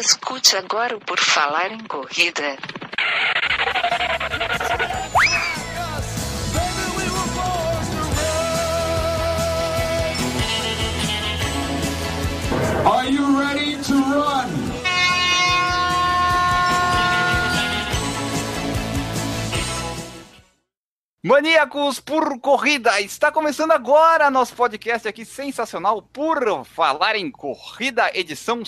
Escute agora o Por Falar em Corrida. Are you ready to run? Maníacos por Corrida, está começando agora nosso podcast aqui sensacional Por Falar em Corrida, edição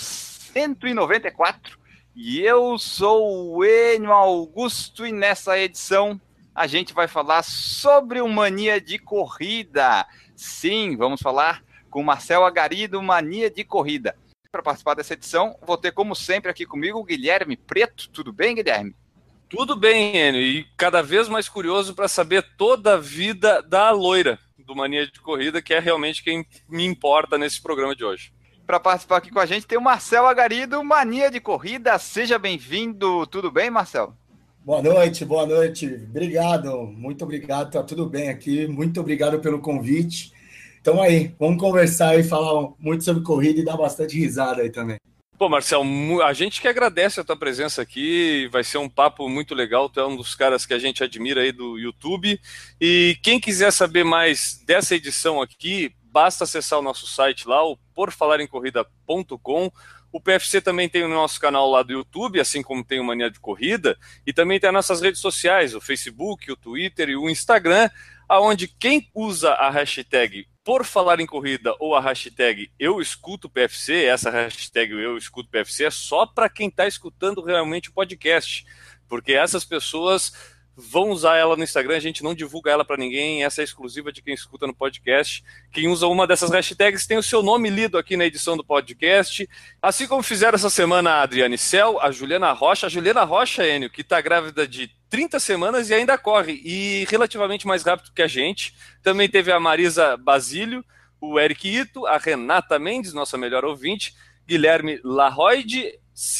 194. E eu sou o Enio Augusto e nessa edição a gente vai falar sobre o Mania de Corrida. Sim, vamos falar com o Marcel Agari do Mania de Corrida. Para participar dessa edição, vou ter como sempre aqui comigo o Guilherme Preto. Tudo bem, Guilherme? Tudo bem, Enio, e cada vez mais curioso para saber toda a vida da loira do Mania de Corrida, que é realmente quem me importa nesse programa de hoje. Para participar aqui com a gente tem o Marcel Agari do Mania de Corrida. Seja bem-vindo. Tudo bem, Marcel? Boa noite. Obrigado, muito obrigado, tá tudo bem aqui. Muito obrigado pelo convite. Então aí, vamos conversar e falar muito sobre corrida e dar bastante risada aí também. Pô, Marcel, a gente que agradece a tua presença aqui, vai ser um papo muito legal, tu é um dos caras que a gente admira aí do YouTube, e quem quiser saber mais dessa edição aqui, basta acessar o nosso site lá, o porfalarencorrida.com. O PFC também tem o nosso canal lá do YouTube, assim como tem o Mania de Corrida, e também tem as nossas redes sociais, o Facebook, o Twitter e o Instagram, onde quem usa a hashtag Por Falar em Corrida ou a hashtag Eu Escuto PFC, essa hashtag Eu Escuto PFC é só para quem está escutando realmente o podcast, porque essas pessoas vão usar ela no Instagram, a gente não divulga ela para ninguém, essa é exclusiva de quem escuta no podcast. Quem usa uma dessas hashtags tem o seu nome lido aqui na edição do podcast, assim como fizeram essa semana a Adriane Cel, a Juliana Rocha, Enio, que está grávida de 30 semanas e ainda corre, e relativamente mais rápido que a gente. Também teve a Marisa Basílio, o Eric Ito, a Renata Mendes, nossa melhor ouvinte, Guilherme Larroide,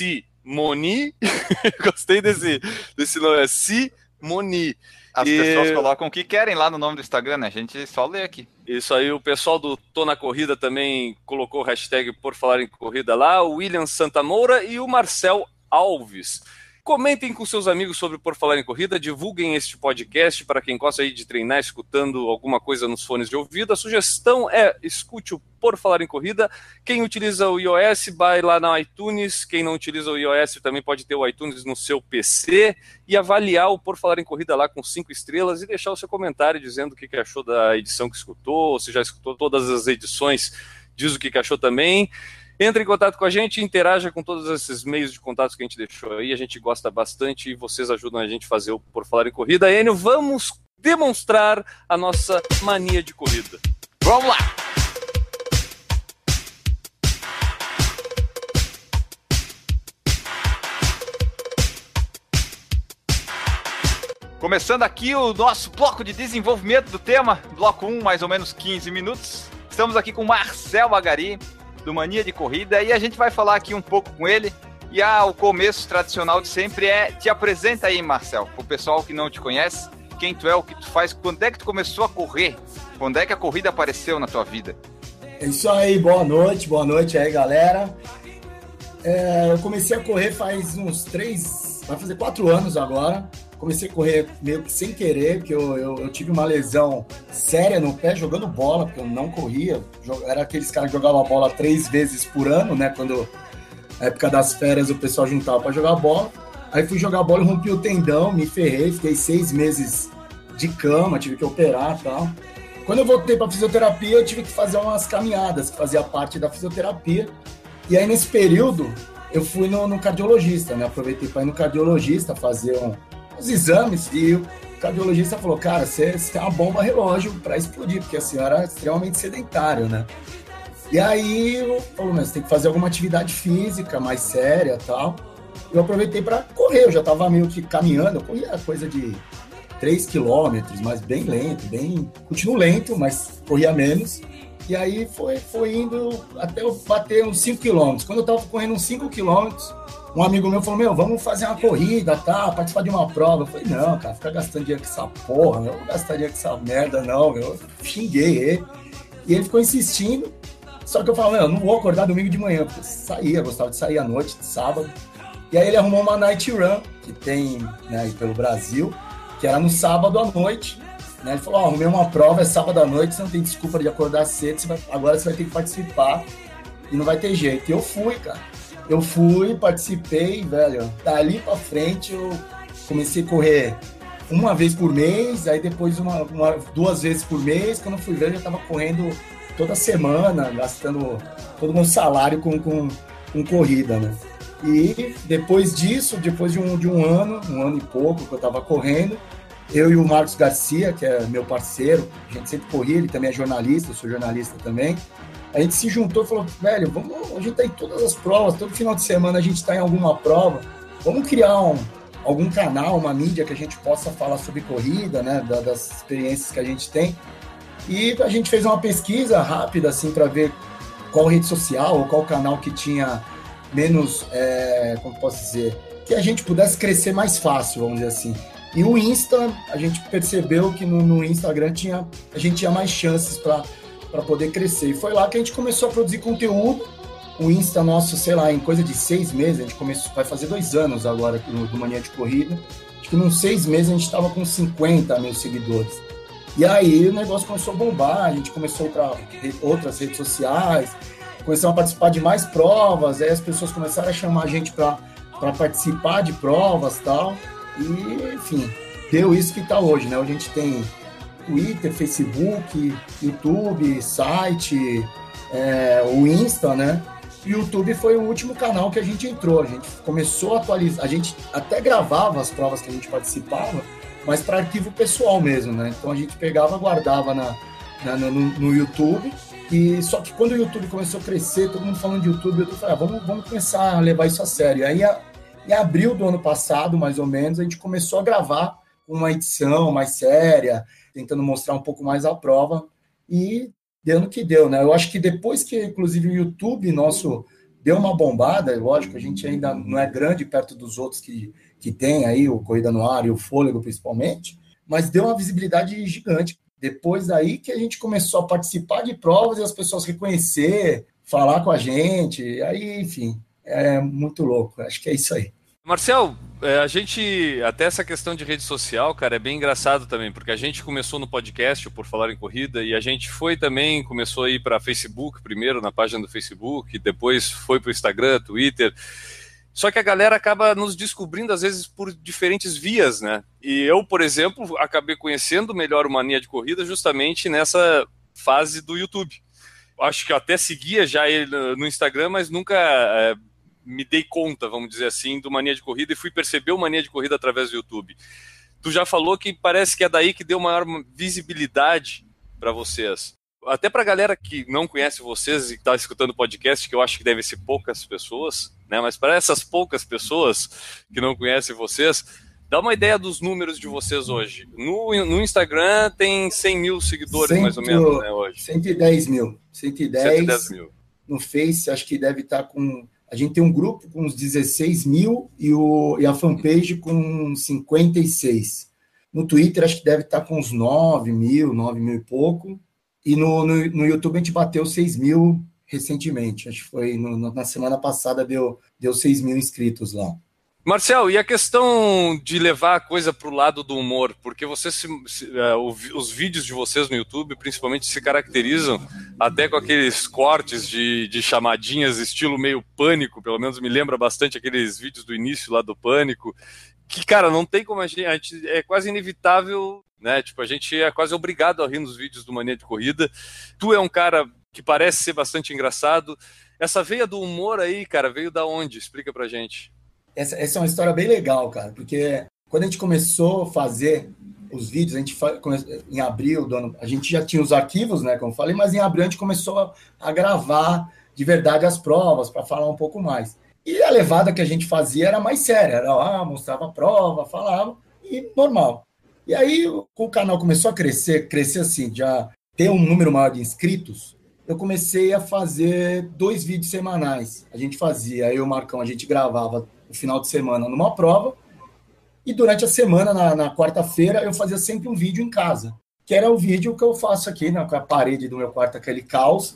Simoni, gostei desse nome, Simoni. As pessoas colocam o que querem lá no nome do Instagram, né? A gente só lê aqui. Isso aí, o pessoal do Tô na Corrida também colocou o hashtag Por Falar em Corrida lá, o William Santamoura e o Marcel Alves. Comentem com seus amigos sobre Por Falar em Corrida, divulguem este podcast para quem gosta aí de treinar escutando alguma coisa nos fones de ouvido. A sugestão é escute o Por Falar em Corrida. Quem utiliza o iOS, vai lá na iTunes. Quem não utiliza o iOS também pode ter o iTunes no seu PC e avaliar o Por Falar em Corrida lá com 5 estrelas e deixar o seu comentário dizendo o que achou da edição que escutou, ou se já escutou todas as edições, diz o que achou também. Entre em contato com a gente, interaja com todos esses meios de contato que a gente deixou aí, a gente gosta bastante e vocês ajudam a gente a fazer o Por Falar em Corrida. Enio, vamos demonstrar a nossa mania de corrida. Vamos lá! Começando aqui o nosso bloco de desenvolvimento do tema, bloco 1, mais ou menos 15 minutos. Estamos aqui com o Marcel Agari, do Mania de Corrida, e a gente vai falar aqui um pouco com ele. E o começo tradicional de sempre é: te apresenta aí, Marcel, pro pessoal que não te conhece, quem tu é, o que tu faz, quando é que tu começou a correr, quando é que a corrida apareceu na tua vida? É isso aí, boa noite aí, galera. Eu comecei a correr faz uns 4 anos agora. Comecei a correr meio que sem querer, porque eu tive uma lesão séria no pé jogando bola, porque eu não corria. Era aqueles caras que jogavam bola 3 vezes por ano, né? Quando na época das férias o pessoal juntava para jogar bola. Aí fui jogar bola e rompi o tendão, me ferrei, fiquei 6 meses de cama, tive que operar e tal. Quando eu voltei para fisioterapia, eu tive que fazer umas caminhadas, que fazia parte da fisioterapia. E aí nesse período eu fui no cardiologista, né? Aproveitei para ir no cardiologista fazer os exames, e o cardiologista falou: cara, você tem uma bomba relógio para explodir, porque a senhora é extremamente sedentário, né? E aí eu falou: mas você tem que fazer alguma atividade física mais séria e tal. Eu aproveitei para correr, eu já estava meio que caminhando, eu corria coisa de 3 quilômetros, mas bem lento, continuo lento, mas corria menos. E aí foi indo até eu bater uns 5 quilômetros. Quando eu estava correndo uns 5 quilômetros, um amigo meu falou: vamos fazer uma corrida, tá? Participar de uma prova. Eu falei: não, cara, fica gastando dinheiro com essa porra, eu não vou gastar dinheiro com essa merda, não, eu xinguei ele. E ele ficou insistindo, Só que eu falava, eu não vou acordar domingo de manhã, porque gostava de sair à noite, de sábado. E aí ele arrumou uma night run, que tem, né, aí pelo Brasil, que era no sábado à noite. Né? Ele falou, arrumei uma prova, é sábado à noite, você não tem desculpa de acordar cedo, agora você vai ter que participar e não vai ter jeito. E eu fui, cara. Eu fui, participei, velho. Dali pra frente eu comecei a correr uma vez por mês, aí depois duas vezes por mês. Quando eu fui ver, eu já tava correndo toda semana, gastando todo o meu salário com corrida, né? E depois disso, depois de um ano e pouco que eu tava correndo, eu e o Marcos Garcia, que é meu parceiro, a gente sempre corria, ele também é jornalista, eu sou jornalista também. A gente se juntou e falou, velho, a gente tá em todas as provas, todo final de semana a gente tá em alguma prova, vamos criar algum canal, uma mídia que a gente possa falar sobre corrida, né, das experiências que a gente tem. E a gente fez uma pesquisa rápida, assim, para ver qual rede social ou qual canal que tinha menos, como posso dizer, que a gente pudesse crescer mais fácil, vamos dizer assim. E o Insta, a gente percebeu que no Instagram a gente tinha mais chances para poder crescer. E foi lá que a gente começou a produzir conteúdo. O Insta nosso, sei lá, em coisa de 6 meses, a gente vai fazer 2 anos agora do Mania de Corrida. Acho que nos 6 meses a gente estava com 50 mil seguidores. E aí o negócio começou a bombar, a gente começou para outras redes sociais, começamos a participar de mais provas, aí as pessoas começaram a chamar a gente para participar de provas e tal. E, enfim, deu isso que está hoje, né? Hoje a gente tem Twitter, Facebook, YouTube, site, o Insta, né? E o YouTube foi o último canal que a gente entrou. A gente começou a atualizar, a gente até gravava as provas que a gente participava, mas para arquivo pessoal mesmo, né? Então a gente pegava, guardava no YouTube. E só que quando o YouTube começou a crescer, todo mundo falando de YouTube, eu falei, vamos começar a levar isso a sério. Aí em abril do ano passado, mais ou menos, a gente começou a gravar uma edição mais séria, tentando mostrar um pouco mais a prova, e deu no que deu, né? Eu acho que depois que, inclusive, o YouTube nosso deu uma bombada, lógico, a gente ainda não é grande perto dos outros que tem aí, o Corrida no Ar e o Fôlego, principalmente, mas deu uma visibilidade gigante. Depois daí que a gente começou a participar de provas e as pessoas reconhecer, falar com a gente, aí, enfim, é muito louco. Acho que é isso aí. Marcel, a gente, até essa questão de rede social, cara, é bem engraçado também, porque a gente começou no podcast, Por Falar em Corrida, e a gente começou a ir para Facebook primeiro, na página do Facebook, depois foi para o Instagram, Twitter. Só que a galera acaba nos descobrindo, às vezes, por diferentes vias, né? E eu, por exemplo, acabei conhecendo melhor o Mania de Corrida justamente nessa fase do YouTube. Acho que eu até seguia já ele no Instagram, mas nunca me dei conta, vamos dizer assim, do Mania de Corrida e fui perceber o Mania de Corrida através do YouTube. Tu já falou que parece que é daí que deu maior visibilidade para vocês. Até para a galera que não conhece vocês e está escutando o podcast, que eu acho que deve ser poucas pessoas, né? Mas para essas poucas pessoas que não conhecem vocês, dá uma ideia dos números de vocês hoje. No Instagram tem 100 mil seguidores, mais ou menos, né, hoje. 110 mil. 110 mil. No Face, acho que deve estar com... A gente tem um grupo com uns 16 mil e a fanpage com 56. No Twitter, acho que deve estar com uns 9 mil e pouco. E no YouTube a gente bateu 6 mil recentemente. Acho que foi na semana passada deu 6 mil inscritos lá. Marcel, e a questão de levar a coisa para o lado do humor? Porque vocês, os vídeos de vocês no YouTube, principalmente, se caracterizam até com aqueles cortes de chamadinhas estilo meio Pânico, pelo menos me lembra bastante aqueles vídeos do início lá do Pânico, que, cara, não tem como a gente é quase inevitável, né? Tipo, a gente é quase obrigado a rir nos vídeos do Mania de Corrida. Tu é um cara que parece ser bastante engraçado. Essa veia do humor aí, cara, veio da onde? Explica pra gente. Essa é uma história bem legal, cara, porque quando a gente começou a fazer os vídeos, em abril do ano, a gente já tinha os arquivos, né, como eu falei, mas em abril a gente começou a gravar de verdade as provas, para falar um pouco mais. E a levada que a gente fazia era mais séria, era lá, mostrava a prova, falava, e normal. E aí, o canal começou a crescer assim, já ter um número maior de inscritos, eu comecei a fazer 2 vídeos semanais. A gente fazia, eu e o Marcão, a gente gravava no final de semana numa prova, e durante a semana, na quarta-feira, eu fazia sempre um vídeo em casa, que era o vídeo que eu faço aqui na parede do meu quarto, aquele caos,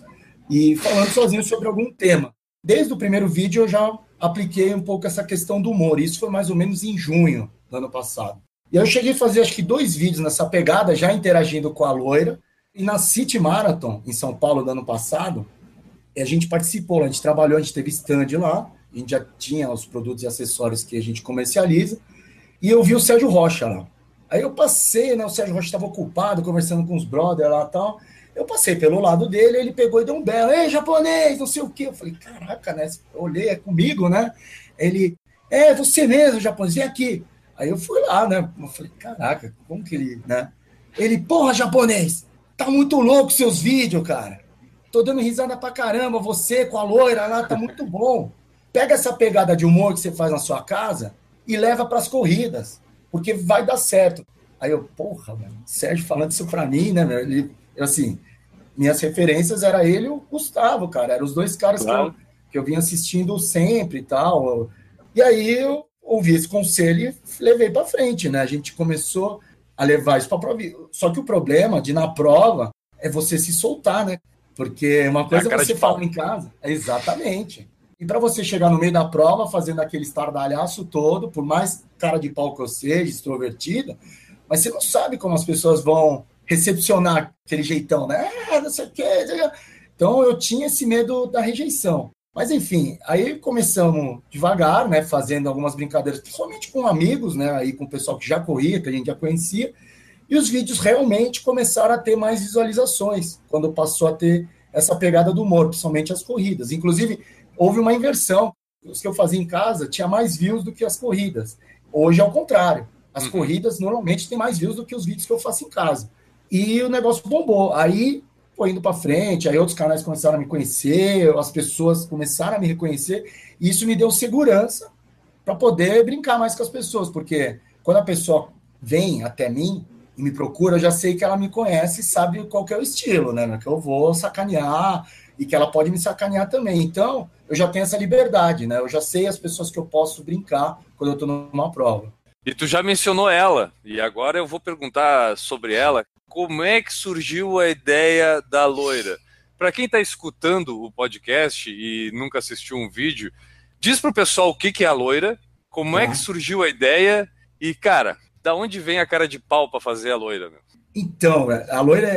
e falando sozinho sobre algum tema. Desde o primeiro vídeo eu já apliquei um pouco essa questão do humor. Isso foi mais ou menos em junho do ano passado. E aí eu cheguei a fazer acho que 2 vídeos nessa pegada, já interagindo com a loira. E na City Marathon, em São Paulo, do ano passado, a gente participou, a gente trabalhou, a gente teve stand lá, a gente já tinha os produtos e acessórios que a gente comercializa, e eu vi o Sérgio Rocha lá. Aí eu passei, né, o Sérgio Rocha estava ocupado, conversando com os brothers lá e tal, eu passei pelo lado dele, ele pegou e deu um belo, ei, japonês, não sei o quê. Eu falei, caraca, né, eu olhei, é comigo, né? Ele, você mesmo, japonês, vem aqui. Aí eu fui lá, né, eu falei, caraca, como que ele, né? Ele, porra, japonês, tá muito louco seus vídeos, cara. Tô dando risada pra caramba, você com a loira lá, tá muito bom. Pega essa pegada de humor que você faz na sua casa e leva pras corridas, porque vai dar certo. Aí eu, porra, mano, Sérgio falando isso pra mim, né, meu? Ele, assim, minhas referências era ele e o Gustavo, cara. Eram os 2 caras que eu vinha assistindo sempre e tal. E aí eu ouvi esse conselho e levei pra frente, né? A gente começou a levar isso pra prova. Só que o problema de na prova é você se soltar, né? Porque uma coisa é você falar em casa. Exatamente. E para você chegar no meio da prova, fazendo aquele estardalhaço todo, por mais cara de pau que eu seja, extrovertida, mas você não sabe como as pessoas vão recepcionar aquele jeitão, né? Não sei o quê. Então eu tinha esse medo da rejeição. Mas enfim, aí começamos devagar, né? Fazendo algumas brincadeiras, principalmente com amigos, né? Aí com o pessoal que já corria, que a gente já conhecia. E os vídeos realmente começaram a ter mais visualizações, quando passou a ter essa pegada do humor, principalmente as corridas. Inclusive, houve uma inversão. Os que eu fazia em casa tinha mais views do que as corridas. Hoje é o contrário. As corridas normalmente têm mais views do que os vídeos que eu faço em casa. E o negócio bombou. Aí foi indo para frente, aí outros canais começaram a me conhecer, as pessoas começaram a me reconhecer, e isso me deu segurança para poder brincar mais com as pessoas, porque quando a pessoa vem até mim e me procura, eu já sei que ela me conhece e sabe qual que é o estilo, né? Que eu vou sacanear e que ela pode me sacanear também. Então, eu já tenho essa liberdade, né? Eu já sei as pessoas que eu posso brincar quando eu estou numa prova. E tu já mencionou ela, e agora eu vou perguntar sobre ela. Como é que surgiu a ideia da loira? Para quem está escutando o podcast e nunca assistiu um vídeo, diz pro pessoal o que é a loira, como é que surgiu a ideia e, cara, da onde vem a cara de pau para fazer a loira? Meu? Então, a loira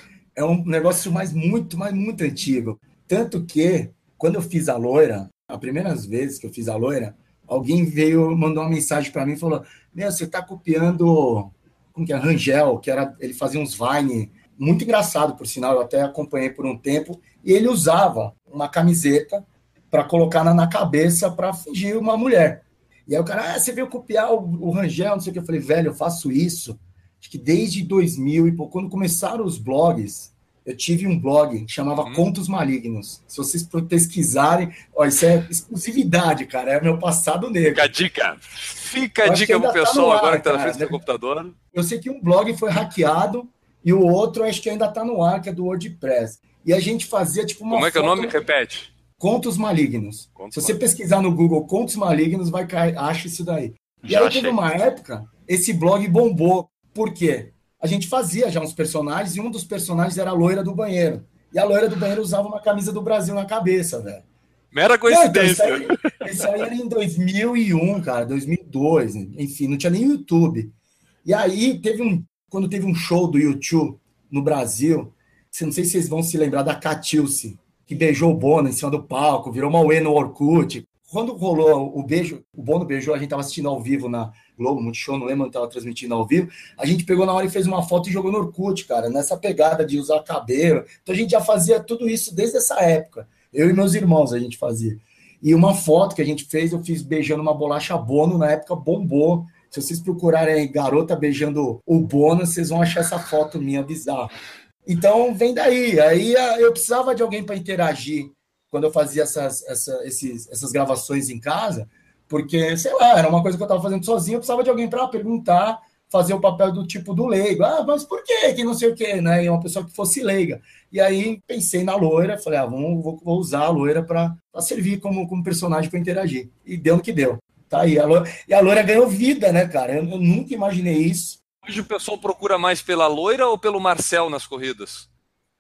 é um negócio muito antigo. Tanto que, quando eu fiz a loira, a primeira vez que eu fiz a loira, alguém mandou uma mensagem para mim e falou, você tá copiando, como que é, Rangel, ele fazia uns Vine, muito engraçado, por sinal, eu até acompanhei por um tempo, e ele usava uma camiseta para colocar na cabeça para fingir uma mulher. E aí o cara, você veio copiar o Rangel, não sei o que. Eu falei, velho, eu faço isso, acho que desde 2000, e quando começaram os blogs, eu tive um blog que chamava Contos Malignos. Se vocês pesquisarem, isso é exclusividade, cara, é meu passado negro. Fica a dica pro pessoal agora que tá na frente do computador. Eu sei que um blog foi hackeado e o outro acho que ainda tá no ar, que é do WordPress. E a gente fazia tipo uma Como é que é o nome? Repete. Contos Malignos. Se você pesquisar no Google Contos Malignos, vai cair, acha isso daí. E aí teve uma época, esse blog bombou. Por quê? A gente fazia já uns personagens, e um dos personagens era a loira do banheiro. E a loira do banheiro usava uma camisa do Brasil na cabeça, velho. Mera coincidência. Isso aí era em 2001, cara, 2002, enfim, não tinha nem YouTube. E aí, quando teve um show do YouTube no Brasil, não sei se vocês vão se lembrar da Catilce, que beijou o Bono em cima do palco, virou uma uê no Orkut. Quando rolou o beijo, o Bono beijou, a gente estava assistindo ao vivo na Globo, Multishow, não lembro onde estava transmitindo ao vivo, a gente pegou na hora e fez uma foto e jogou no Orkut, cara, nessa pegada de usar cabelo. Então a gente já fazia tudo isso desde essa época. Eu e meus irmãos a gente fazia. E uma foto que a gente fez, eu fiz beijando uma bolacha Bono, na época bombou. Se vocês procurarem aí, garota beijando o Bono, vocês vão achar essa foto minha bizarra. Então vem daí. Aí eu precisava de alguém para interagir quando eu fazia essas gravações em casa, porque, sei lá, era uma coisa que eu estava fazendo sozinho, eu precisava de alguém para perguntar, fazer o papel do tipo do leigo. Mas por quê? Que não sei o quê, né? E uma pessoa que fosse leiga. E aí pensei na loira, falei, vou usar a loira para servir como personagem para interagir. E deu no que deu. Tá aí. E a loira ganhou vida, né, cara? Eu nunca imaginei isso. Hoje o pessoal procura mais pela loira ou pelo Marcel nas corridas?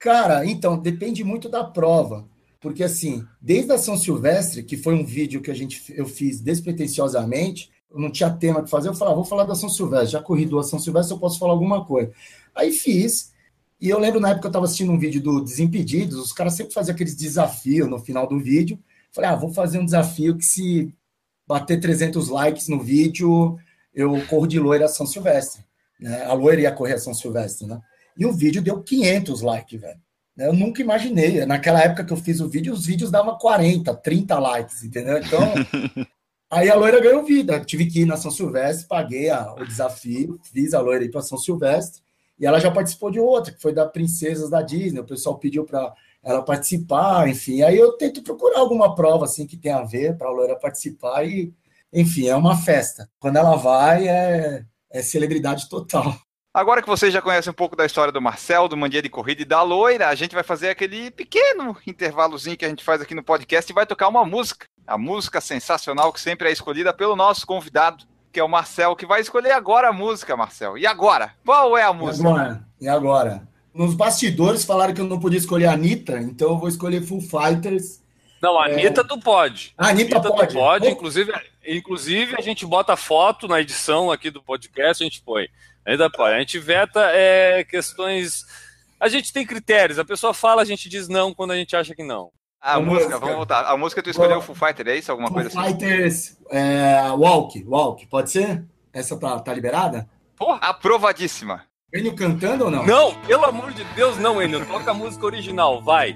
Cara, então, depende muito da prova. Porque, assim, desde a São Silvestre, que foi um vídeo que eu fiz despretensiosamente, eu não tinha tema para fazer, eu falava, vou falar da São Silvestre, já corri 2 São Silvestre, eu posso falar alguma coisa. Aí fiz, e eu lembro na época que eu estava assistindo um vídeo do Desimpedidos, os caras sempre faziam aqueles desafios no final do vídeo. Falei, vou fazer um desafio que se bater 300 likes no vídeo, eu corro de loira a São Silvestre. Né? A loira ia correr a São Silvestre, né? E o vídeo deu 500 likes, velho. Eu nunca imaginei. Naquela época que eu fiz o vídeo, os vídeos davam 40, 30 likes, entendeu? Então, aí a loira ganhou vida. Tive que ir na São Silvestre, paguei o desafio, fiz a loira ir para São Silvestre, e ela já participou de outra, que foi da Princesas da Disney. O pessoal pediu para ela participar, enfim. Aí eu tento procurar alguma prova assim que tenha a ver para a loira participar e, enfim, é uma festa. Quando ela vai, é celebridade total. Agora que vocês já conhecem um pouco da história do Marcel, do Mania de Corrida e da Loira, a gente vai fazer aquele pequeno intervalozinho que a gente faz aqui no podcast e vai tocar uma música. A música sensacional que sempre é escolhida pelo nosso convidado, que é o Marcel, que vai escolher agora a música, Marcel. E agora? Qual é a música? E agora? Nos bastidores falaram que eu não podia escolher a Anitta, então eu vou escolher Foo Fighters. Não, a Anitta tu pode. A Anitta pode. Tu pode. Inclusive, a gente bota foto na edição aqui do podcast, a gente põe. Ainda pode. A gente veta questões... A gente tem critérios. A pessoa fala, a gente diz não quando a gente acha que não. A música, vamos voltar. A música tu escolheu o Foo Fighters, é isso? Alguma coisa assim? Foo Fighters, Walk, pode ser? Essa tá liberada? Porra, aprovadíssima. Enio cantando ou não? Não, pelo amor de Deus, não, Enio. Toca a música original, vai.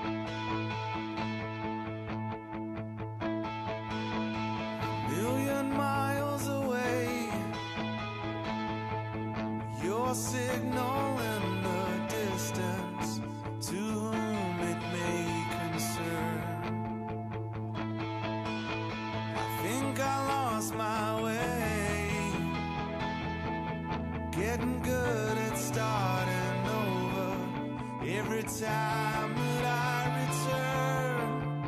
Signal in the distance to whom it may concern. I think I lost my way, getting good at starting over every time that I return.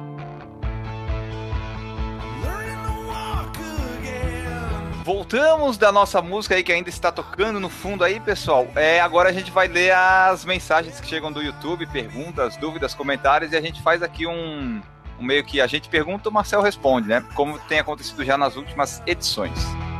Learning to walk again. Voltamos da nossa música aí que ainda está tocando no fundo aí, pessoal. Agora a gente vai ler as mensagens que chegam do YouTube, perguntas, dúvidas, comentários, e a gente faz aqui um meio que a gente pergunta, o Marcel responde, né? Como tem acontecido já nas últimas edições.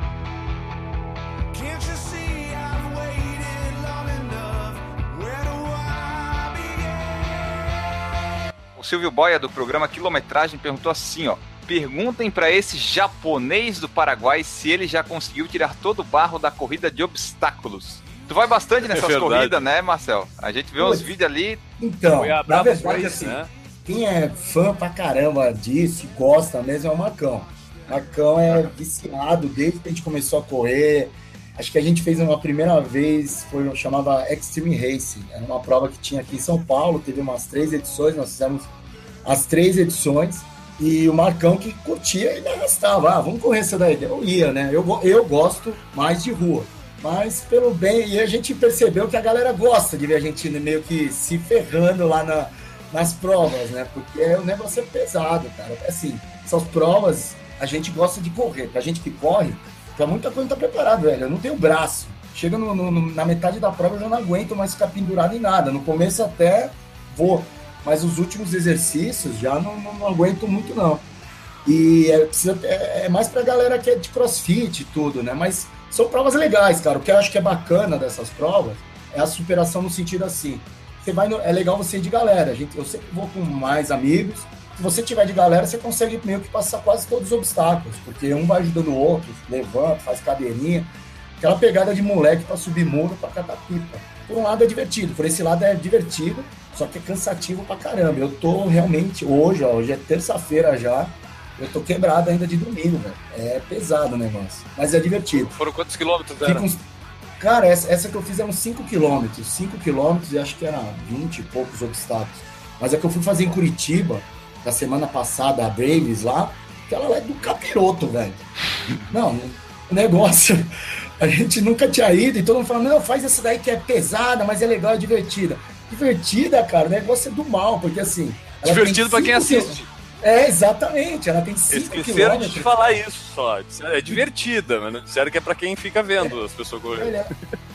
O Silvio Boia, do programa Quilometragem, perguntou assim, ó. Perguntem para esse japonês do Paraguai se ele já conseguiu tirar todo o barro da corrida de obstáculos. Tu vai bastante nessas corridas, né, Marcel? A gente vê uns vídeos ali. Então, na verdade, assim, quem é fã pra caramba disso, gosta mesmo, é o Marcão. O Marcão é viciado desde que a gente começou a correr. Acho que a gente fez uma primeira vez, chamava Extreme Racing. Era uma prova que tinha aqui em São Paulo, teve umas 3 edições, nós fizemos as 3 edições. E o Marcão que curtia e me arrastava. Vamos correr essa daí. Eu ia, né? Eu gosto mais de rua. Mas pelo bem... E a gente percebeu que a galera gosta de ver a gente meio que se ferrando lá nas provas, né? Porque o negócio é pesado, cara. Assim, essas provas a gente gosta de correr. Pra gente que corre, pra muita coisa tá preparado, velho. Eu não tenho braço. Chega na metade da prova eu já não aguento mais ficar pendurado em nada. No começo até vou... Mas os últimos exercícios já não aguento muito, não. E é mais pra galera que é de crossfit e tudo, né? Mas são provas legais, cara. O que eu acho que é bacana dessas provas é a superação no sentido assim. É legal você ir de galera. Eu sempre vou com mais amigos. Se você tiver de galera, você consegue meio que passar quase todos os obstáculos. Porque um vai ajudando o outro, levanta, faz cadeirinha. Aquela pegada de moleque pra subir muro, pra catar pipa. Por um lado é divertido, por esse lado é divertido. Só que é cansativo pra caramba. Eu tô realmente, hoje é terça-feira já, eu tô quebrado ainda de domingo, velho. É pesado o negócio, mas é divertido. Foram quantos quilômetros, era? Cara, essa que eu fiz eram 5 quilômetros. 5 quilômetros e acho que era 20 e poucos obstáculos. Mas a que eu fui fazer em Curitiba, da semana passada, a Braves lá, aquela lá é do capiroto, velho. Não, o negócio... A gente nunca tinha ido e todo mundo falando, não, faz essa daí que é pesada, mas é legal, é divertida. Divertida, cara, o negócio é do mal, porque assim... Divertido pra quem assiste. Exatamente, ela tem 5 quilômetros. Esqueceram de falar isso só. É divertida, mas não disseram que é pra quem fica vendo as pessoas correndo.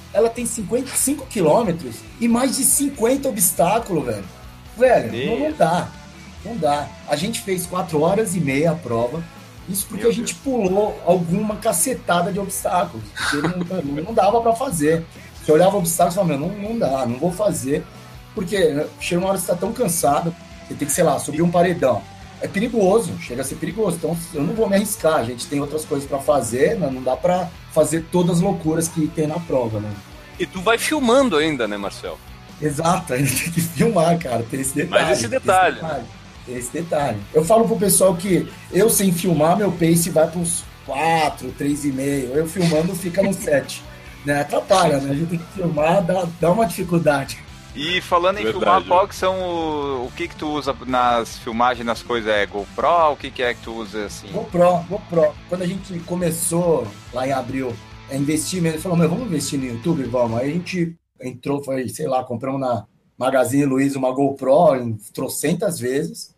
ela tem 55 quilômetros e mais de 50 obstáculos, velho. Velho, não dá. Não dá. A gente fez 4h30 a prova. Isso porque a gente pulou alguma cacetada de obstáculos. Não dava pra fazer. Você olhava obstáculos e falava, não dá, não vou fazer. Porque chega uma hora que você tá tão cansado, você tem que, sei lá, subir um paredão. É perigoso, chega a ser perigoso. Então eu não vou me arriscar. A gente tem outras coisas pra fazer, né? Não dá pra fazer todas as loucuras que tem na prova, né? E tu vai filmando ainda, né, Marcel? Exato, ainda tem que filmar, cara. Tem esse detalhe. Mas esse detalhe. Tem esse detalhe. Eu falo pro pessoal que eu, sem filmar, meu pace vai pros 4, 3,5. Eu filmando fica no 7. Né? Atrapalha, né? A gente tem que filmar, dá uma dificuldade. E falando em filmar, qual que são o que tu usa nas filmagens, nas coisas? É GoPro? O que é que tu usa assim? GoPro. Quando a gente começou lá em abril a investir mesmo, falou, vamos investir no YouTube, vamos. Aí a gente entrou, foi, sei lá, compramos na Magazine Luiza uma GoPro em trocentas vezes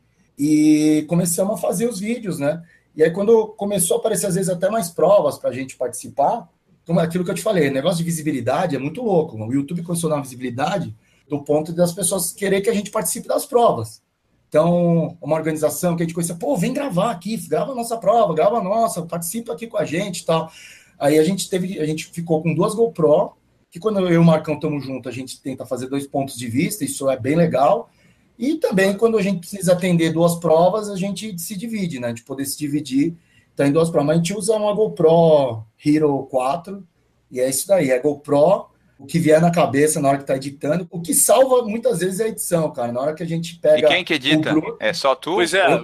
e começamos a fazer os vídeos, né? E aí quando começou a aparecer às vezes até mais provas pra gente participar, como aquilo que eu te falei, o negócio de visibilidade é muito louco. O YouTube começou a dar visibilidade do ponto das pessoas querer que a gente participe das provas. Então, uma organização que a gente conhecia, vem gravar aqui, grava a nossa prova, grava a nossa, participa aqui com a gente e tal. Aí a gente ficou com 2 GoPro, que quando eu e o Marcão estamos juntos, a gente tenta fazer 2 pontos de vista, isso é bem legal. E também, quando a gente precisa atender 2 provas, a gente se divide, né? De poder se dividir, tá em 2 provas. Mas a gente usa uma GoPro Hero 4, e é isso daí, é GoPro, o que vier na cabeça na hora que tá editando. O que salva muitas vezes é a edição, cara. Na hora que a gente pega... E quem que edita? É só tu? Pois é,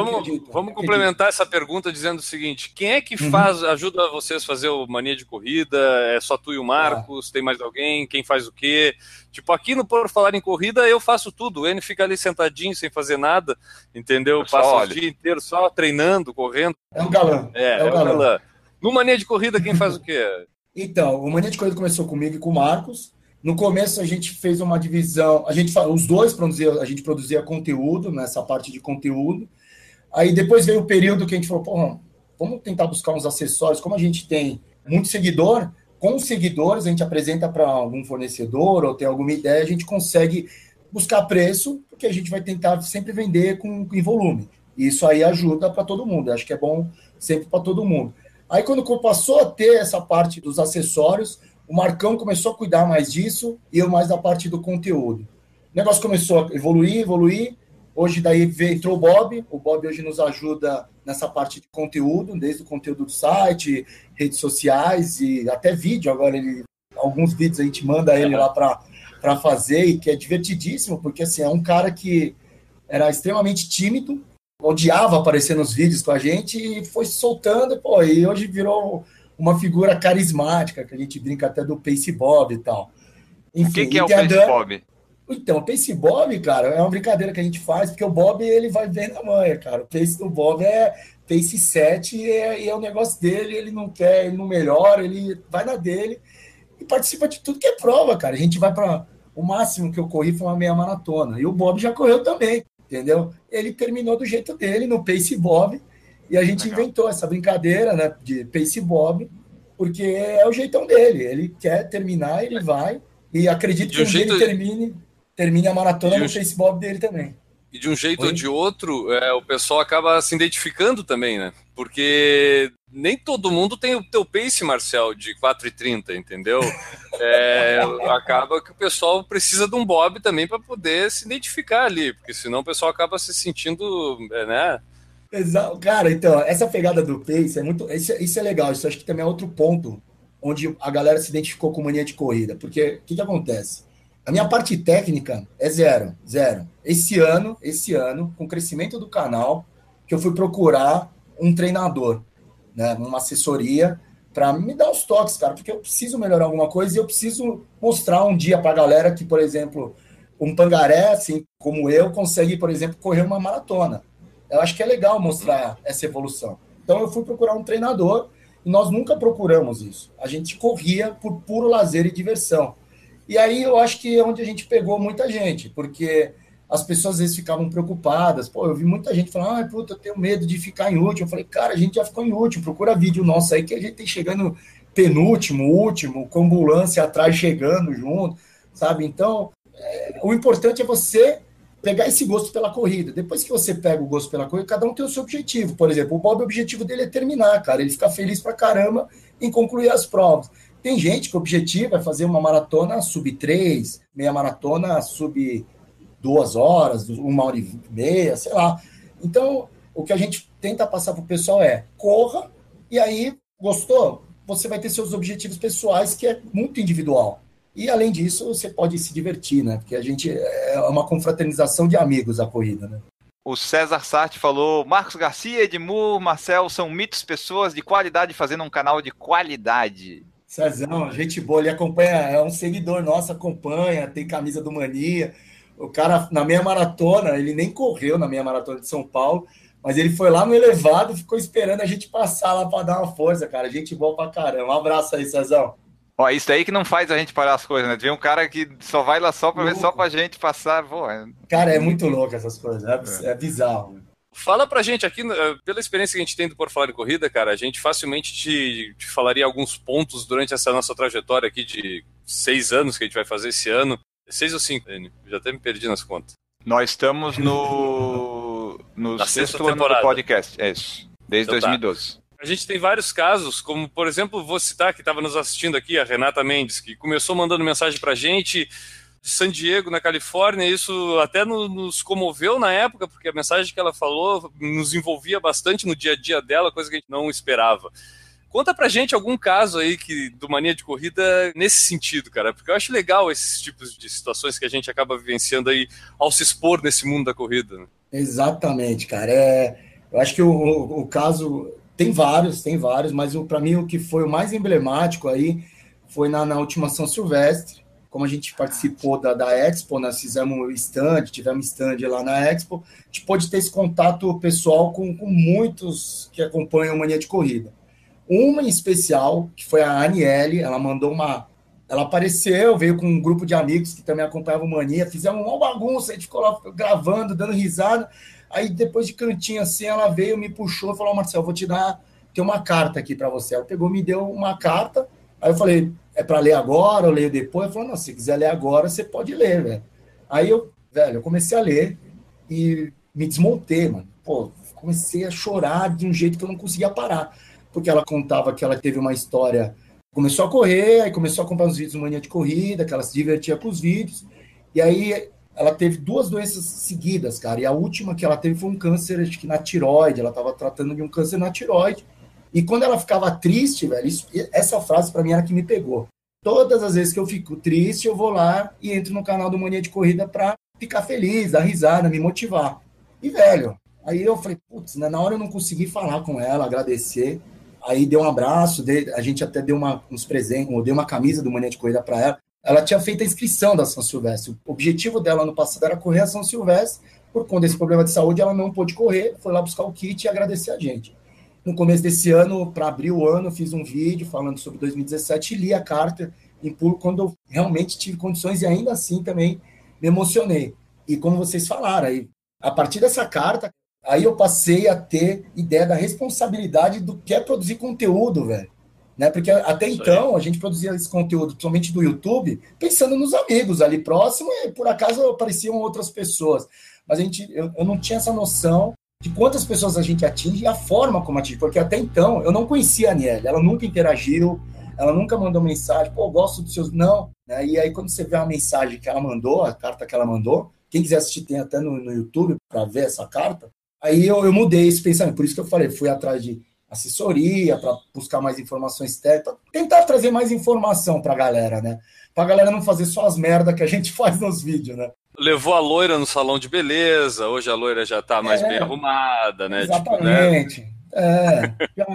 vamos complementar essa pergunta dizendo o seguinte, quem é que ajuda vocês a fazer o Mania de Corrida? É só tu e o Marcos? Tem mais alguém? Quem faz o quê? Tipo, aqui no Por Falar em Corrida eu faço tudo, o N fica ali sentadinho sem fazer nada, entendeu? Passa o dia inteiro só treinando, correndo. É um galã. É um galã. No Mania de Corrida quem faz o quê? Então, o Mania de Corrida começou comigo e com o Marcos. No começo a gente fez uma divisão, os dois a gente produzia conteúdo, nessa parte de conteúdo. Aí depois veio o período que a gente falou, vamos tentar buscar uns acessórios. Como a gente tem muito seguidor, com os seguidores a gente apresenta para algum fornecedor ou tem alguma ideia, a gente consegue buscar preço, porque a gente vai tentar sempre vender em volume. E isso aí ajuda para todo mundo, eu acho que é bom sempre para todo mundo. Aí quando passou a ter essa parte dos acessórios, o Marcão começou a cuidar mais disso e eu mais da parte do conteúdo. O negócio começou a evoluir. Hoje daí entrou o Bob hoje nos ajuda nessa parte de conteúdo, desde o conteúdo do site, redes sociais e até vídeo. Agora alguns vídeos a gente manda ele lá para fazer e que é divertidíssimo, porque assim, é um cara que era extremamente tímido, odiava aparecer nos vídeos com a gente e foi se soltando, e hoje virou uma figura carismática, que a gente brinca até do Pace Bob e tal. Enfim, o que é o Pace Bob? Então, o Pace Bob, cara, é uma brincadeira que a gente faz, porque o Bob, ele vai bem na manha, cara. O Pace do Bob é Pace 7 e é o negócio dele, ele não quer, ele não melhora, ele vai na dele e participa de tudo que é prova, cara. A gente vai para... O máximo que eu corri foi uma meia maratona, e o Bob já correu também. Entendeu? Ele terminou do jeito dele, no Pace Bob, e a gente inventou essa brincadeira, né, de Pace Bob, porque é o jeitão dele. Ele quer terminar, ele vai, e acredito que ele termine a maratona no Pace Bob dele também. E de um jeito ou de outro, o pessoal acaba se identificando também, né? Porque nem todo mundo tem o teu pace, Marcel, de 4,30, entendeu? Acaba que o pessoal precisa de um Bob também para poder se identificar ali, porque senão o pessoal acaba se sentindo, né? Exato. Cara, então, essa pegada do pace é muito... Isso é legal, isso acho que também é outro ponto onde a galera se identificou com Mania de Corrida, porque o que acontece? A minha parte técnica é zero. Esse ano, com o crescimento do canal, que eu fui procurar um treinador, né, uma assessoria, para me dar os toques, cara, porque eu preciso melhorar alguma coisa e eu preciso mostrar um dia para a galera que, por exemplo, um pangaré, assim como eu, consegue, por exemplo, correr uma maratona. Eu acho que é legal mostrar essa evolução. Então eu fui procurar um treinador e nós nunca procuramos isso. A gente corria por puro lazer e diversão. E aí eu acho que é onde a gente pegou muita gente, porque as pessoas às vezes ficavam preocupadas. Eu vi muita gente falando, eu tenho medo de ficar em último. Eu falei, cara, a gente já ficou em último, procura vídeo nosso aí que a gente tem chegando penúltimo, último, com ambulância atrás chegando junto, sabe? Então, o importante é você pegar esse gosto pela corrida. Depois que você pega o gosto pela corrida, cada um tem o seu objetivo. Por exemplo, o Bob, o objetivo dele é terminar, cara. Ele fica feliz pra caramba em concluir as provas. Tem gente que o objetivo é fazer uma maratona sub-3, meia maratona sub-2 horas, 1h30, sei lá. Então, o que a gente tenta passar pro pessoal é corra, e aí, gostou? Você vai ter seus objetivos pessoais, que é muito individual. E, além disso, você pode se divertir, né? Porque a gente é uma confraternização de amigos a corrida, né? O César Sarti falou: Marcos Garcia, Edmur, Marcel são mitos, pessoas de qualidade fazendo um canal de qualidade. Cezão, gente boa, ele acompanha, é um seguidor nosso, acompanha, tem camisa do Mania. O cara, na meia maratona, ele nem correu na meia maratona de São Paulo, mas ele foi lá no elevado, ficou esperando a gente passar lá para dar uma força, cara. Gente boa pra caramba. Um abraço aí, Cezão. Ó, isso aí que não faz a gente parar as coisas, né? Tem um cara que só vai lá só pra ver, só pra gente passar. Pô, Cara, é muito louco essas coisas, é bizarro. Fala pra gente aqui, pela experiência que a gente tem do Por Falar em Corrida, cara, a gente facilmente te falaria alguns pontos durante essa nossa trajetória aqui de 6 anos que a gente vai fazer esse ano. 6 ou 5, já até me perdi nas contas. Nós estamos no sexto ano do podcast, é isso, desde então, 2012. Tá. A gente tem vários casos, como, por exemplo, vou citar que estava nos assistindo aqui, a Renata Mendes, que começou mandando mensagem pra gente de San Diego, na Califórnia. Isso até nos comoveu na época, porque a mensagem que ela falou nos envolvia bastante no dia a dia dela, coisa que a gente não esperava. Conta pra gente algum caso aí do Mania de Corrida nesse sentido, cara, porque eu acho legal esses tipos de situações que a gente acaba vivenciando aí ao se expor nesse mundo da corrida, né? Exatamente, cara. Eu acho que o caso... Tem vários, mas para mim o que foi o mais emblemático aí foi na última São Silvestre. Como a gente participou da Expo, nós tivemos stand lá na Expo, a gente pôde ter esse contato pessoal com muitos que acompanham a Mania de Corrida. Uma em especial, que foi a Aniele, ela mandou ela apareceu, veio com um grupo de amigos que também acompanhavam Mania, fizemos uma bagunça, a gente ficou lá gravando, dando risada. Aí, depois de cantinho assim, ela veio, me puxou e falou: Marcel, vou te tem uma carta aqui para você. Ela pegou, me deu uma carta. Aí eu falei: é para ler agora ou leio depois? Ela falou: não, se quiser ler agora, você pode ler, velho. Aí eu comecei a ler e me desmontei, mano. Pô, comecei a chorar de um jeito que eu não conseguia parar. Porque ela contava que ela teve uma história, começou a correr, aí começou a acompanhar os vídeos do Mania de Corrida, que ela se divertia com os vídeos. E aí ela teve 2 doenças seguidas, cara, e a última que ela teve foi um câncer, acho que na tireoide, ela estava tratando de um câncer na tireoide, e quando ela ficava triste, velho, essa frase para mim era que me pegou. Todas as vezes que eu fico triste, eu vou lá e entro no canal do Mania de Corrida para ficar feliz, dar risada, me motivar. E, velho, aí eu falei, putz, né, na hora eu não consegui falar com ela, agradecer, aí dei um abraço, a gente até deu uns presentes, eu dei uma camisa do Mania de Corrida para ela. Ela tinha feito a inscrição da São Silvestre. O objetivo dela no passado era correr a São Silvestre. Por conta desse problema de saúde, ela não pôde correr, foi lá buscar o kit e agradecer a gente. No começo desse ano, para abrir o ano, eu fiz um vídeo falando sobre 2017 e li a carta em público quando eu realmente tive condições e ainda assim também me emocionei. E como vocês falaram, aí, a partir dessa carta, aí eu passei a ter ideia da responsabilidade do que é produzir conteúdo, velho. Né? Porque até então a gente produzia esse conteúdo, principalmente do YouTube, pensando nos amigos ali próximo e por acaso apareciam outras pessoas. Mas eu não tinha essa noção de quantas pessoas a gente atinge e a forma como atinge, porque até então eu não conhecia a Aniele, ela nunca interagiu, ela nunca mandou mensagem, pô, gosto dos seus... Não, né? E aí quando você vê a mensagem que ela mandou, a carta que ela mandou, quem quiser assistir tem até no YouTube para ver essa carta, aí eu mudei esse pensamento, por isso que eu falei, fui atrás de assessoria, para buscar mais informações técnicas, tentar trazer mais informação para a galera, né? Para a galera não fazer só as merdas que a gente faz nos vídeos, né? Levou a loira no salão de beleza, hoje a loira já tá mais bem arrumada, né? Exatamente. Tipo, né?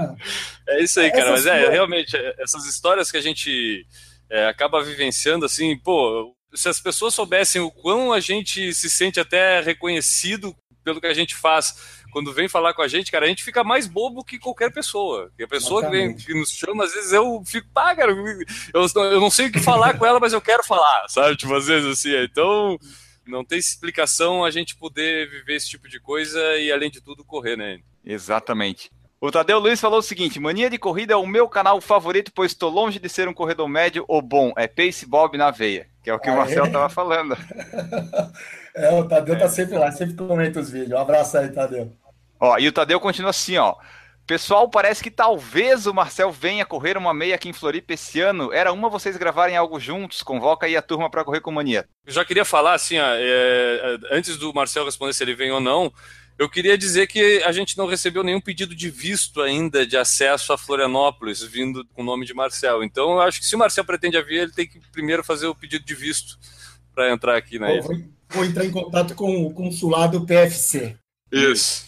É isso aí, cara, mas realmente, essas histórias que a gente acaba vivenciando, assim, pô, se as pessoas soubessem o quão a gente se sente até reconhecido pelo que a gente faz quando vem falar com a gente, cara, a gente fica mais bobo que qualquer pessoa. E a pessoa que nos chama, às vezes eu fico, cara, eu não sei o que falar com ela, mas eu quero falar, sabe? Tipo, às vezes assim, então não tem explicação a gente poder viver esse tipo de coisa e, além de tudo, correr, né? Exatamente. O Tadeu Luiz falou o seguinte: Mania de Corrida é o meu canal favorito, pois estou longe de ser um corredor médio ou bom. É Pace Bob na veia, que é o que o Marcel estava falando. O Tadeu tá sempre lá, sempre comenta os vídeos. Um abraço aí, Tadeu. Ó, e o Tadeu continua assim, ó. Pessoal, parece que talvez o Marcel venha correr uma meia aqui em Floripa esse ano. Era uma vocês gravarem algo juntos. Convoca aí a turma para correr com Mania. Eu já queria falar, assim, ó, antes do Marcel responder se ele vem ou não, eu queria dizer que a gente não recebeu nenhum pedido de visto ainda de acesso a Florianópolis, vindo com o nome de Marcel. Então, eu acho que se o Marcel pretende vir, ele tem que primeiro fazer o pedido de visto para entrar aqui na ilha. Vou entrar em contato com o consulado PFC. Isso.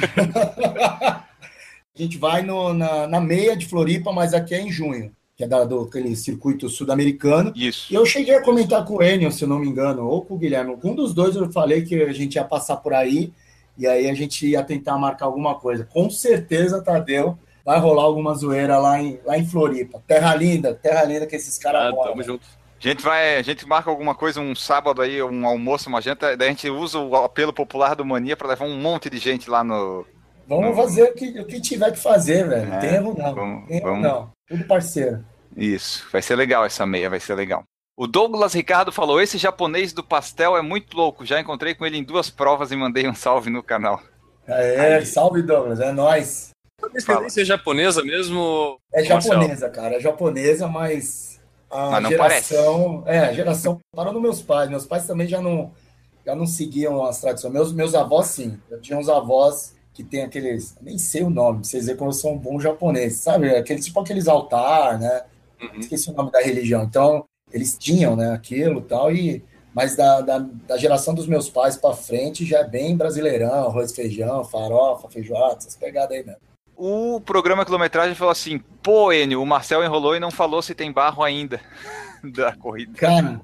A gente vai na meia de Floripa, mas aqui é em junho, que é aquele circuito sul-americano. Isso. E eu cheguei a comentar com o Enio, se eu não me engano, ou com o Guilherme. Com um dos dois eu falei que a gente ia passar por aí, e aí a gente ia tentar marcar alguma coisa. Com certeza, Tadeu, vai rolar alguma zoeira lá em Floripa. Terra linda que esses caras moram. Tamo junto. A gente marca alguma coisa um sábado aí, um almoço, uma janta, daí a gente usa o apelo popular do Mania para levar um monte de gente lá no... Vamos fazer o que tiver que fazer, velho. Não tem erro não. Vamos. Não. Tudo parceiro. Isso, vai ser legal essa meia, vai ser legal. O Douglas Ricardo falou, esse japonês do pastel é muito louco, já encontrei com ele em 2 provas e mandei um salve no canal. Salve, Douglas, é nóis. A descendência é japonesa mesmo? É japonesa, cara, é japonesa, mas a não geração... a geração parou nos meus pais. Meus pais também já não seguiam as tradições. Meus avós, sim. Eu tinha uns avós que tem aqueles... Nem sei o nome, pra vocês verem como eu sou um bom japonês, sabe? Aqueles altar, né? Esqueci o nome da religião. Então, eles tinham, né, aquilo e tal, mas da geração dos meus pais pra frente já é bem brasileirão, arroz, feijão, farofa, feijoada, essas pegadas aí mesmo. O programa Quilometragem falou assim, pô, Enio, o Marcel enrolou e não falou se tem barro ainda da corrida. Cara...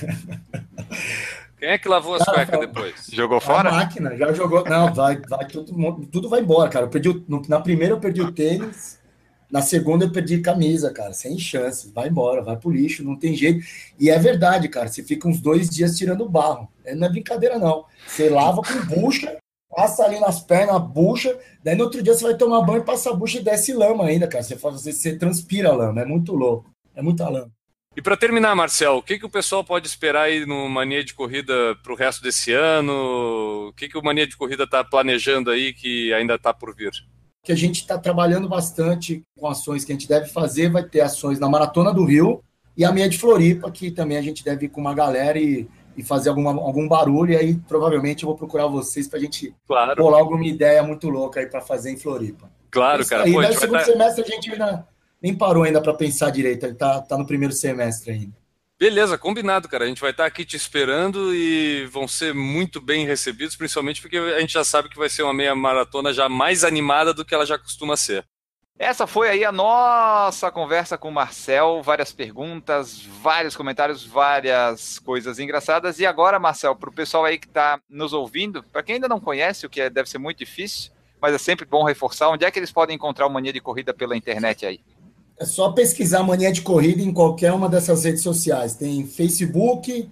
Quem é que lavou as cuecas depois? Jogou fora? A máquina, já jogou. Não, vai tudo vai embora, cara. Na primeira eu perdi o tênis, na segunda eu perdi camisa, cara, sem chance. Vai embora, vai pro lixo, não tem jeito. E é verdade, cara, você fica uns 2 dias tirando barro. Não é brincadeira, não. Você lava com bucha, passa ali nas pernas, bucha, daí no outro dia você vai tomar banho, passa a bucha e desce lama ainda, cara. Você transpira lama, é muito louco. É muita lama. E para terminar, Marcel, o que o pessoal pode esperar aí no Mania de Corrida para o resto desse ano? O que o Mania de Corrida está planejando aí que ainda está por vir? Que a gente está trabalhando bastante com ações que a gente deve fazer, vai ter ações na Maratona do Rio e a meia de Floripa, que também a gente deve ir com uma galera e fazer algum barulho, e aí provavelmente eu vou procurar vocês para a gente rolar alguma ideia muito louca aí para fazer em Floripa. Claro, cara. Aí, no segundo semestre a gente ainda nem parou ainda para pensar direito, ele tá no primeiro semestre ainda. Beleza, combinado, cara. A gente vai estar aqui te esperando e vão ser muito bem recebidos, principalmente porque a gente já sabe que vai ser uma meia maratona já mais animada do que ela já costuma ser. Essa foi aí a nossa conversa com o Marcel, várias perguntas, vários comentários, várias coisas engraçadas. E agora, Marcel, para o pessoal aí que está nos ouvindo, para quem ainda não conhece, o que deve ser muito difícil, mas é sempre bom reforçar, onde é que eles podem encontrar o Mania de Corrida pela internet aí? É só pesquisar Mania de Corrida em qualquer uma dessas redes sociais. Tem Facebook,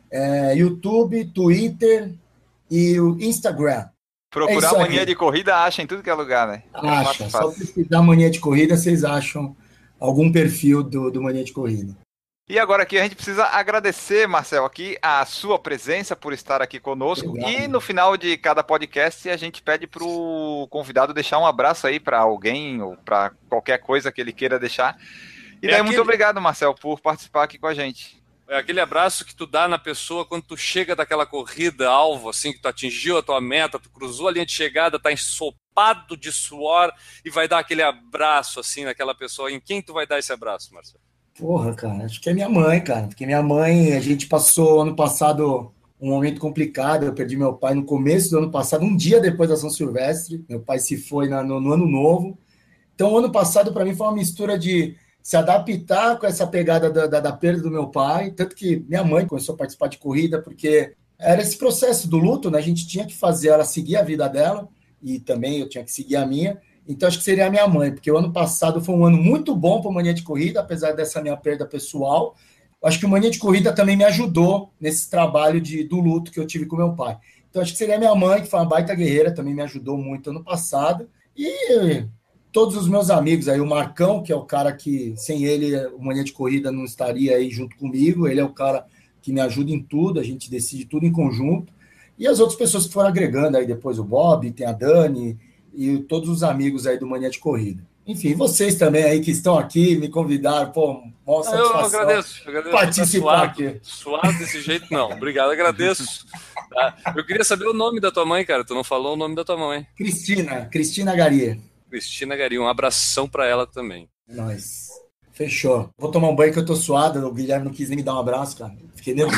YouTube, Twitter e o Instagram. Procurar Mania de Corrida, acha em tudo que é lugar, né? Acha, só pesquisar Mania de Corrida, vocês acham algum perfil do Mania de Corrida. E agora aqui a gente precisa agradecer, Marcel, aqui a sua presença por estar aqui conosco. Obrigado. E no final de cada podcast a gente pede para o convidado deixar um abraço aí para alguém ou para qualquer coisa que ele queira deixar. E daí muito obrigado, Marcel, por participar aqui com a gente. É aquele abraço que tu dá na pessoa quando tu chega daquela corrida alvo, assim, que tu atingiu a tua meta, tu cruzou a linha de chegada, tá ensopado de suor e vai dar aquele abraço, assim, naquela pessoa. Em quem tu vai dar esse abraço, Marcel? Porra, cara, acho que é minha mãe, cara. Porque minha mãe, a gente passou ano passado um momento complicado. Eu perdi meu pai no começo do ano passado, um dia depois da São Silvestre. Meu pai se foi no ano novo. Então, o ano passado, para mim, foi uma mistura de se adaptar com essa pegada da perda do meu pai. Tanto que minha mãe começou a participar de corrida, porque era esse processo do luto, né? A gente tinha que fazer ela seguir a vida dela e também eu tinha que seguir a minha. Então, acho que seria a minha mãe, porque o ano passado foi um ano muito bom para o Mania de Corrida, apesar dessa minha perda pessoal. Acho que o Mania de Corrida também me ajudou nesse trabalho do luto que eu tive com meu pai. Então, acho que seria a minha mãe, que foi uma baita guerreira, também me ajudou muito ano passado. E todos os meus amigos aí, o Marcão, que é o cara que, sem ele, o Mania de Corrida não estaria aí junto comigo, ele é o cara que me ajuda em tudo, a gente decide tudo em conjunto, e as outras pessoas que foram agregando aí, depois o Bob, tem a Dani, e todos os amigos aí do Mania de Corrida. Enfim, vocês também aí que estão aqui, me convidaram, pô, maior satisfação. Eu agradeço participar aqui. Suado desse jeito, não. Obrigado, agradeço. Tá? Eu queria saber o nome da tua mãe, cara. Tu não falou o nome da tua mãe. Cristina Garia. Cristina Garia, um abração pra ela também. Nós. Fechou. Vou tomar um banho que eu tô suado, o Guilherme não quis nem me dar um abraço, cara. Fiquei nervoso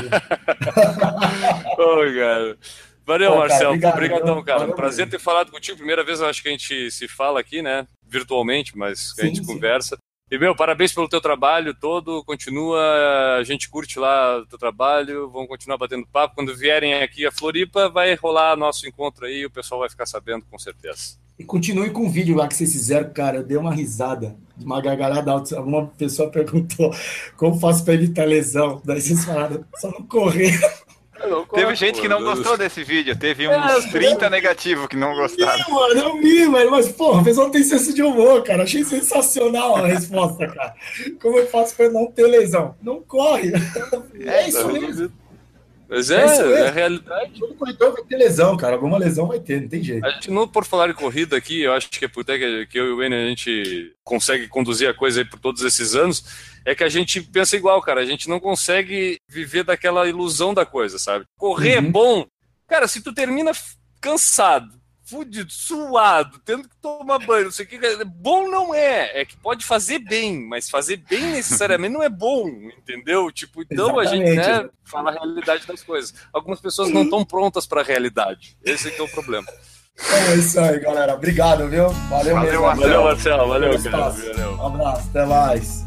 aqui. Oi, cara. Valeu, Marcelo. Obrigadão, cara. Valeu, prazer ter falado contigo. Primeira vez eu acho que a gente se fala aqui, né? Virtualmente, mas que a gente conversa. E, parabéns pelo teu trabalho todo. Continua, a gente curte lá o teu trabalho. Vamos continuar batendo papo. Quando vierem aqui a Floripa, vai rolar nosso encontro aí. O pessoal vai ficar sabendo, com certeza. E continue com o vídeo lá que vocês fizeram, cara. Eu dei uma risada, de uma gargalhada alta. Uma pessoa perguntou como faço para evitar lesão. Daí vocês falaram, só não correr. Teve gente que não gostou desse vídeo, teve uns 30 negativos que não gostaram. Eu vi, mano, mas, porra, a pessoa tem senso de humor, cara. Achei sensacional a resposta, cara. Como eu faço pra não ter lesão? Não corre. É isso mesmo. Mas é a realidade. Todo corredor vai ter lesão, cara. Alguma lesão vai ter, não tem jeito. A gente, por falar em corrida aqui, eu acho que é por até que eu e o Enio, a gente consegue conduzir a coisa aí por todos esses anos, é que a gente pensa igual, cara. A gente não consegue viver daquela ilusão da coisa, sabe? Correr é bom. Cara, se tu termina cansado, fudido, suado, tendo que tomar banho, não sei o que, bom não é. É que pode fazer bem, mas fazer bem necessariamente não é bom, entendeu? Tipo, então Exatamente. A gente, fala a realidade das coisas. Algumas pessoas não estão prontas para a realidade. Esse que é o problema. É isso aí, galera. Obrigado, viu? Valeu mesmo. Valeu, Marcelo. Valeu, cara. Valeu. Um abraço, até mais.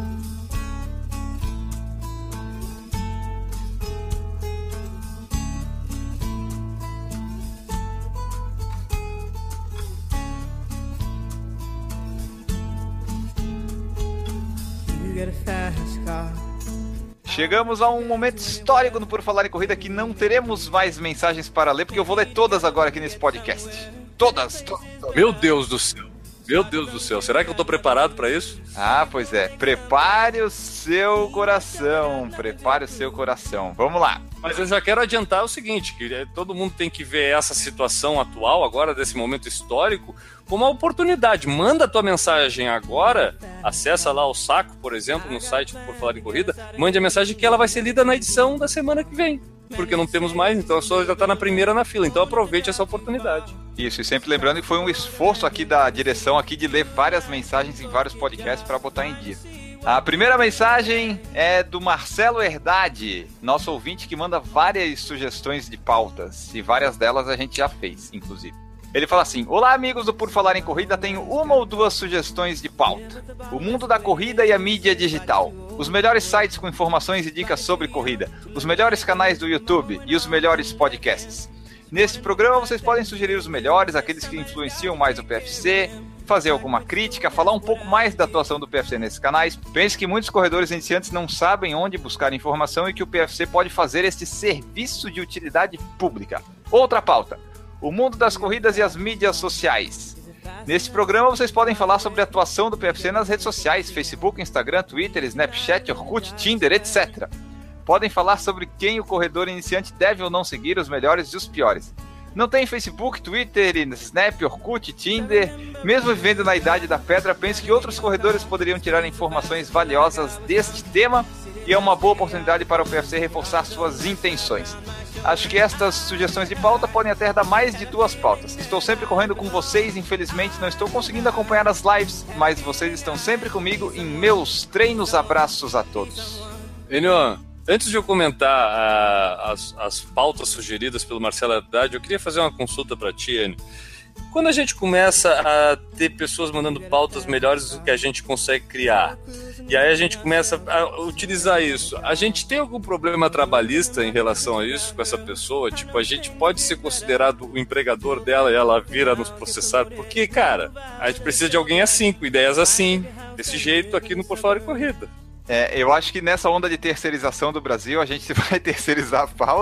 Chegamos a um momento histórico no Por Falar em Corrida que não teremos mais mensagens para ler, porque eu vou ler todas agora aqui nesse podcast. Todas. Meu Deus do céu. Meu Deus do céu. Será que eu tô preparado para isso? Ah, pois é. Prepare o seu coração. Prepare o seu coração. Vamos lá. Mas eu já quero adiantar o seguinte, que todo mundo tem que ver essa situação atual agora, desse momento histórico, como uma oportunidade. Manda a tua mensagem agora, acessa lá o Saco, por exemplo, no site Por Falar em Corrida, mande a mensagem que ela vai ser lida na edição da semana que vem. Porque não temos mais, então a sua já está na primeira na fila. Então aproveite essa oportunidade. Isso, e sempre lembrando que foi um esforço aqui da direção aqui de ler várias mensagens em vários podcasts para botar em dia. A primeira mensagem é do Marcelo Herdade, nosso ouvinte que manda várias sugestões de pautas, e várias delas a gente já fez, inclusive. Ele fala assim: olá amigos do Por Falar em Corrida, tenho uma ou duas sugestões de pauta. O mundo da corrida e a mídia digital. Os melhores sites com informações e dicas sobre corrida. Os melhores canais do YouTube e os melhores podcasts. Neste programa vocês podem sugerir os melhores, aqueles que influenciam mais o PFC, fazer alguma crítica, falar um pouco mais da atuação do PFC nesses canais. Pense que muitos corredores iniciantes não sabem onde buscar informação e que o PFC pode fazer este serviço de utilidade pública. Outra pauta: o mundo das corridas e as mídias sociais. Neste programa vocês podem falar sobre a atuação do PFC nas redes sociais, Facebook, Instagram, Twitter, Snapchat, Orkut, Tinder, etc. Podem falar sobre quem o corredor iniciante deve ou não seguir, os melhores e os piores. Não tem Facebook, Twitter, Snap, Orkut, Tinder? Mesmo vivendo na idade da pedra, penso que outros corredores poderiam tirar informações valiosas deste tema e é uma boa oportunidade para o PFC reforçar suas intenções. Acho que estas sugestões de pauta podem até dar mais de 2 pautas. Estou sempre correndo com vocês, infelizmente não estou conseguindo acompanhar as lives, mas vocês estão sempre comigo em meus treinos. Abraços a todos. Enio, antes de eu comentar as pautas sugeridas pelo Marcelo Haddad, eu queria fazer uma consulta para ti, Enio. Quando a gente começa a ter pessoas mandando pautas melhores do que a gente consegue criar, e aí a gente começa a utilizar isso, a gente tem algum problema trabalhista em relação a isso com essa pessoa? Tipo, a gente pode ser considerado o empregador dela e ela vira nos processar? Porque, cara, a gente precisa de alguém assim, com ideias assim, desse jeito aqui no Por Falar em Corrida. Eu acho que nessa onda de terceirização do Brasil, a gente vai terceirizar a pauta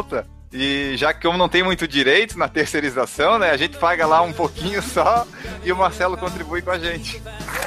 E já que como não tem muito direito na terceirização, né, a gente paga lá um pouquinho só e o Marcelo contribui com a gente.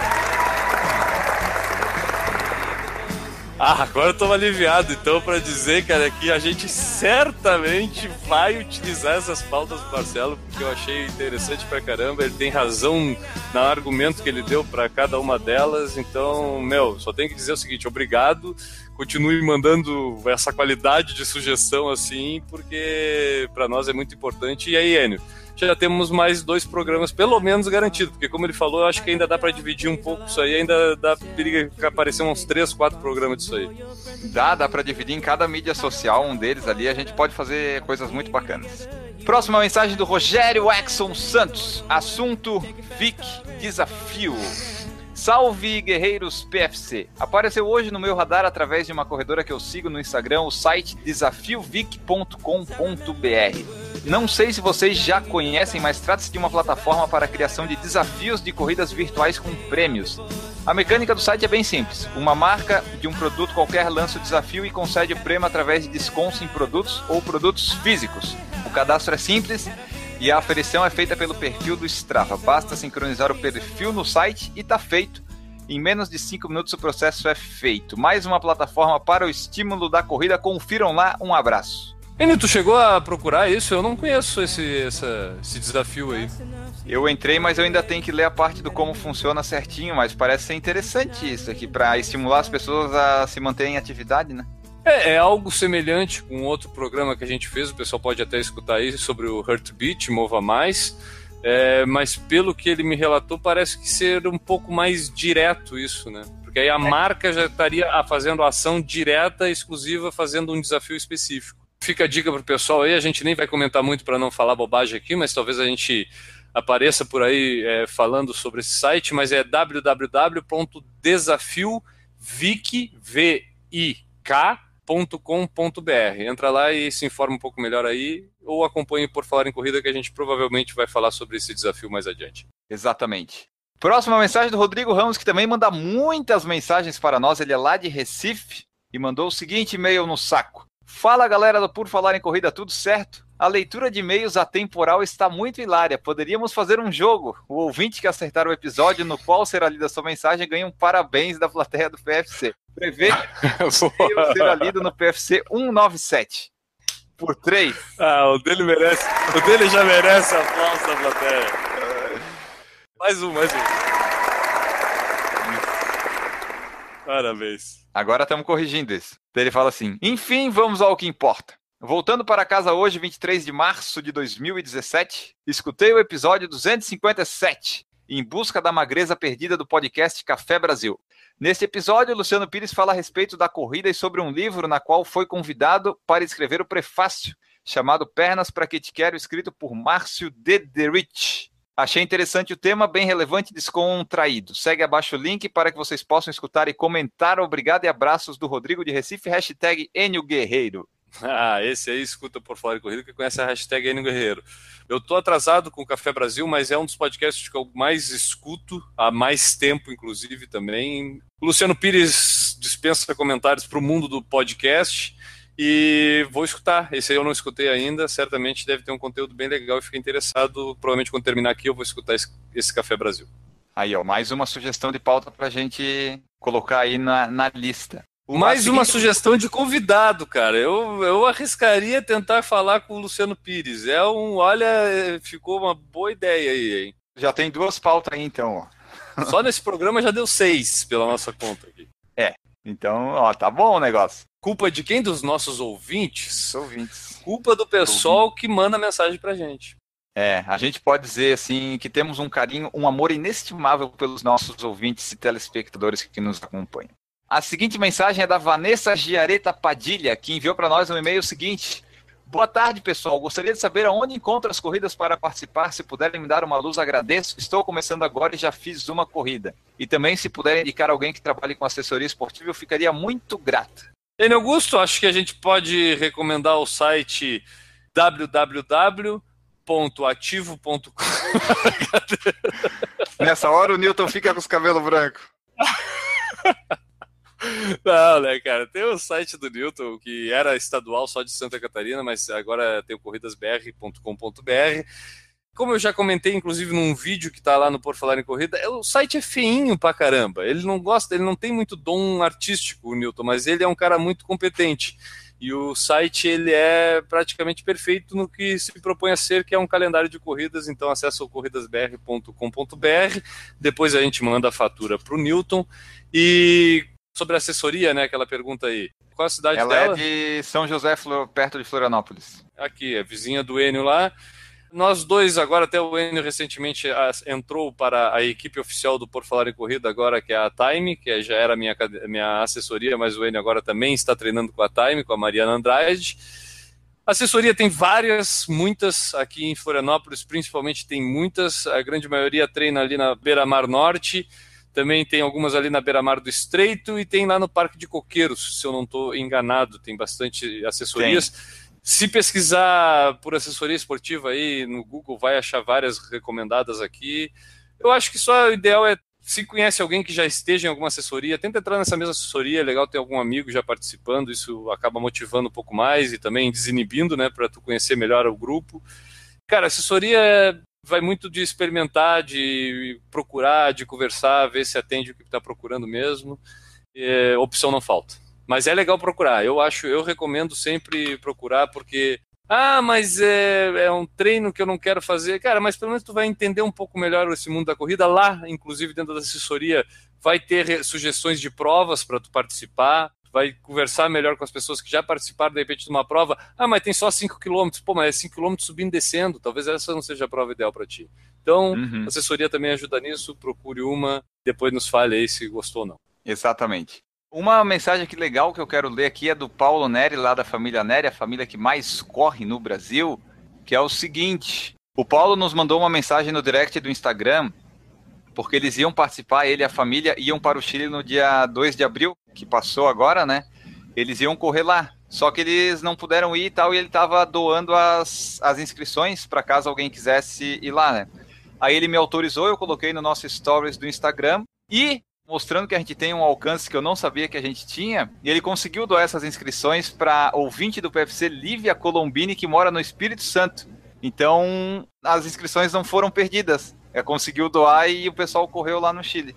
Agora eu tô aliviado, então, pra dizer, cara, que a gente certamente vai utilizar essas pautas do Marcelo, porque eu achei interessante pra caramba, ele tem razão no argumento que ele deu pra cada uma delas, então, só tenho que dizer o seguinte, obrigado, continue mandando essa qualidade de sugestão assim, porque pra nós é muito importante. E aí, Enio, já temos mais 2 programas pelo menos garantidos, porque como ele falou, eu acho que ainda dá pra dividir um pouco isso aí, ainda dá perigo aparecer uns 3, 4 programas disso aí. Dá pra dividir em cada mídia social, um deles ali, a gente pode fazer coisas muito bacanas. Próxima mensagem do Rogério Exxon Santos, assunto Vic Desafio. Salve, guerreiros PFC! Apareceu hoje no meu radar através de uma corredora que eu sigo no Instagram, o site desafiovic.com.br. Não sei se vocês já conhecem, mas trata-se de uma plataforma para a criação de desafios de corridas virtuais com prêmios. A mecânica do site é bem simples. Uma marca de um produto qualquer lança o desafio e concede o prêmio através de descontos em produtos ou produtos físicos. O cadastro é simples e a aferição é feita pelo perfil do Strava. Basta sincronizar o perfil no site e tá feito. Em menos de 5 minutos o processo é feito. Mais uma plataforma para o estímulo da corrida. Confiram lá. Um abraço. Enio, tu chegou a procurar isso? Eu não conheço esse desafio aí. Eu entrei, mas eu ainda tenho que ler a parte do como funciona certinho, mas parece ser interessante isso aqui, para estimular as pessoas a se manterem em atividade, né? É algo semelhante com outro programa que a gente fez, o pessoal pode até escutar aí, sobre o Heartbeat, Mova Mais, mas pelo que ele me relatou, parece que ser um pouco mais direto isso, né? Porque aí a marca já estaria fazendo ação direta, exclusiva, fazendo um desafio específico. Fica a dica pro pessoal aí, a gente nem vai comentar muito para não falar bobagem aqui, mas talvez a gente apareça por aí falando sobre esse site, mas é www.desafiovic.com.br. Entra lá e se informa um pouco melhor aí, ou acompanhe por Falar em Corrida, que a gente provavelmente vai falar sobre esse desafio mais adiante. Exatamente. Próxima mensagem do Rodrigo Ramos, que também manda muitas mensagens para nós. Ele é lá de Recife e mandou o seguinte e-mail no saco. Fala, galera do Por Falar em Corrida, tudo certo? A leitura de e-mails atemporal está muito hilária. Poderíamos fazer um jogo. O ouvinte que acertar o episódio no qual será lida a sua mensagem ganha um parabéns da plateia do PFC. Prevê que será lido no PFC 197. Por 3. O dele já merece aplauso da plateia. Mais um. Parabéns. Agora estamos corrigindo isso. Ele fala assim, enfim, vamos ao que importa. Voltando para casa hoje, 23 de março de 2017, escutei o episódio 257, Em Busca da Magreza Perdida, do podcast Café Brasil. Neste episódio, o Luciano Pires fala a respeito da corrida e sobre um livro na qual foi convidado para escrever o prefácio, chamado Pernas para Que Te Quero, escrito por Márcio Dederich. Achei interessante o tema, bem relevante e descontraído. Segue abaixo o link para que vocês possam escutar e comentar. Obrigado e abraços do Rodrigo de Recife, #Enio Guerreiro. Esse aí escuta Por Falar em Corrida, que conhece a #Enio Guerreiro. Eu tô atrasado com o Café Brasil, mas é um dos podcasts que eu mais escuto, há mais tempo, inclusive, também. O Luciano Pires dispensa comentários para o mundo do podcast e vou escutar. Esse aí eu não escutei ainda, certamente deve ter um conteúdo bem legal e fiquei interessado. Provavelmente quando terminar aqui eu vou escutar esse Café Brasil. Aí, mais uma sugestão de pauta pra gente colocar aí na lista. Mais uma sugestão de convidado, cara. Eu arriscaria tentar falar com o Luciano Pires. Olha, ficou uma boa ideia aí, hein? Já tem 2 pautas aí, então, ó. Só nesse programa já deu 6 pela nossa conta aqui. Então, tá bom o negócio. Culpa de quem? Dos nossos ouvintes? Ouvintes. Culpa do pessoal que manda mensagem pra gente. A gente pode dizer, assim, que temos um carinho, um amor inestimável pelos nossos ouvintes e telespectadores que nos acompanham. A seguinte mensagem é da Vanessa Giareta Padilha, que enviou para nós um e-mail seguinte. Boa tarde, pessoal. Gostaria de saber aonde encontro as corridas para participar. Se puderem me dar uma luz, agradeço. Estou começando agora e já fiz uma corrida. E também, se puderem indicar alguém que trabalhe com assessoria esportiva, eu ficaria muito grata. Enio Augusto, acho que a gente pode recomendar o site www.ativo.com. Nessa hora o Newton fica com os cabelos brancos. Não, né, cara? Tem o site do Newton, que era estadual só de Santa Catarina, mas agora tem o corridasbr.com.br. Como eu já comentei, inclusive, num vídeo que tá lá no Por Falar em Corrida, o site é feinho pra caramba. Ele não gosta, ele não tem muito dom artístico, o Newton, mas ele é um cara muito competente. E o site, ele é praticamente perfeito no que se propõe a ser, que é um calendário de corridas. Então, acessa o corridasbr.com.br. Depois a gente manda a fatura pro Newton. E sobre a assessoria, né, aquela pergunta aí. Qual a cidade Ela dela? é de São José, perto de Florianópolis. Aqui, é vizinha do Enio lá. Nós dois agora, até o Enio recentemente entrou para a equipe oficial do Por Falar em Corrida agora, que é a Time, que já era minha assessoria, mas o Enio agora também está treinando com a Time, com a Mariana Andrade. A assessoria tem muitas aqui em Florianópolis, principalmente tem muitas, a grande maioria treina ali na Beira-Mar Norte, também tem algumas ali na Beira-Mar do Estreito e tem lá no Parque de Coqueiros, se eu não estou enganado, tem bastante assessorias. Tem. Se pesquisar por assessoria esportiva aí no Google, vai achar várias recomendadas aqui. Eu acho que só o ideal é, se conhece alguém que já esteja em alguma assessoria, tenta entrar nessa mesma assessoria, é legal ter algum amigo já participando, isso acaba motivando um pouco mais e também desinibindo, né, para tu conhecer melhor o grupo. Cara, assessoria vai muito de experimentar, de procurar, de conversar, ver se atende o que está procurando mesmo. Opção não falta. Mas é legal procurar, eu recomendo sempre procurar, porque, mas é um treino que eu não quero fazer. Cara, mas pelo menos tu vai entender um pouco melhor esse mundo da corrida. Lá, inclusive dentro da assessoria, vai ter sugestões de provas para tu participar, vai conversar melhor com as pessoas que já participaram, de repente, de uma prova. Mas tem só 5 km, mas é 5 km subindo e descendo, talvez essa não seja a prova ideal para ti. Então, a assessoria também ajuda nisso, procure uma, depois nos fale aí se gostou ou não. Exatamente. Uma mensagem aqui legal que eu quero ler aqui é do Paulo Neri, lá da família Neri, a família que mais corre no Brasil, que é o seguinte: o Paulo nos mandou uma mensagem no direct do Instagram, porque eles iam participar, ele e a família iam para o Chile no dia 2 de abril, que passou agora, né? Eles iam correr lá, só que eles não puderam ir e tal, e ele estava doando as inscrições para caso alguém quisesse ir lá, né? Aí ele me autorizou, eu coloquei no nosso stories do Instagram e mostrando que a gente tem um alcance que eu não sabia que a gente tinha, e ele conseguiu doar essas inscrições para ouvinte do PFC, Lívia Colombini, que mora no Espírito Santo. Então, as inscrições não foram perdidas. Conseguiu doar e o pessoal correu lá no Chile.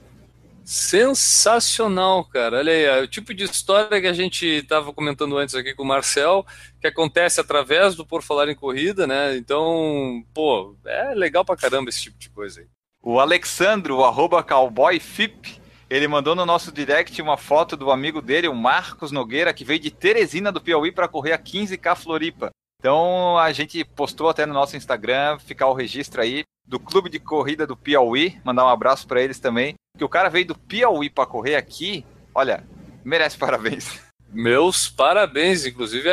Sensacional, cara. Olha aí, é o tipo de história que a gente estava comentando antes aqui com o Marcel, que acontece através do Por Falar em Corrida, né? Então, é legal pra caramba esse tipo de coisa aí. O Alexandro, o @cowboyfip, ele mandou no nosso direct uma foto do amigo dele, o Marcos Nogueira, que veio de Teresina do Piauí para correr a 15K Floripa. Então a gente postou até no nosso Instagram, ficar o registro aí, do Clube de Corrida do Piauí, mandar um abraço para eles também, que o cara veio do Piauí para correr aqui, olha, merece parabéns. Meus parabéns, inclusive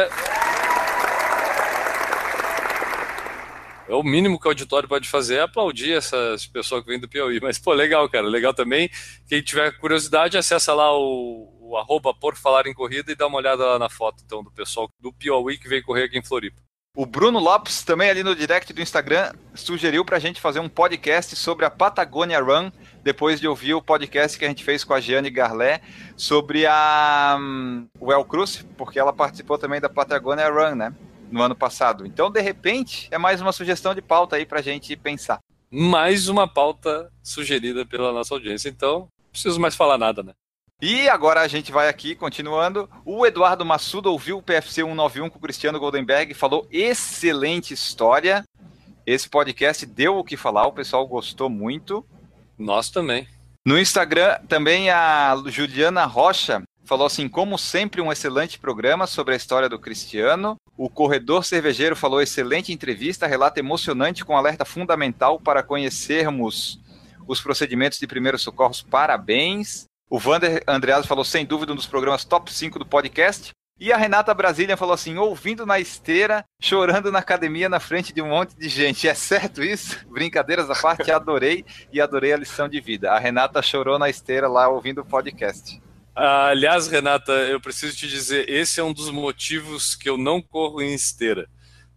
é o mínimo que o auditório pode fazer é aplaudir essas pessoas que vêm do Piauí. Mas, legal, cara. Legal também. Quem tiver curiosidade, acessa lá o @Por Falar em Corrida e dá uma olhada lá na foto, então, do pessoal do Piauí que veio correr aqui em Floripa. O Bruno Lopes, também ali no direct do Instagram, sugeriu pra gente fazer um podcast sobre a Patagonia Run, depois de ouvir o podcast que a gente fez com a Giane Garlet sobre o El Cruz, porque ela participou também da Patagonia Run, né? No ano passado. Então, de repente, é mais uma sugestão de pauta aí pra gente pensar. Mais uma pauta sugerida pela nossa audiência. Então, não preciso mais falar nada, né? E agora a gente vai aqui, continuando. O Eduardo Massuda ouviu o PFC 191 com o Cristiano Goldenberg e falou excelente história. Esse podcast deu o que falar, o pessoal gostou muito. Nós também. No Instagram, também a Juliana Rocha falou assim: como sempre, um excelente programa sobre a história do Cristiano. O Corredor Cervejeiro falou: excelente entrevista, relato emocionante com alerta fundamental para conhecermos os procedimentos de primeiros socorros. Parabéns. O Vander Andreado falou: sem dúvida, um dos programas top 5 do podcast. E a Renata Brasília falou assim: ouvindo na esteira, chorando na academia na frente de um monte de gente. É certo isso? Brincadeiras à parte, adorei e adorei a lição de vida. A Renata chorou na esteira lá ouvindo o podcast. Aliás, Renata, eu preciso te dizer, esse é um dos motivos que eu não corro em esteira.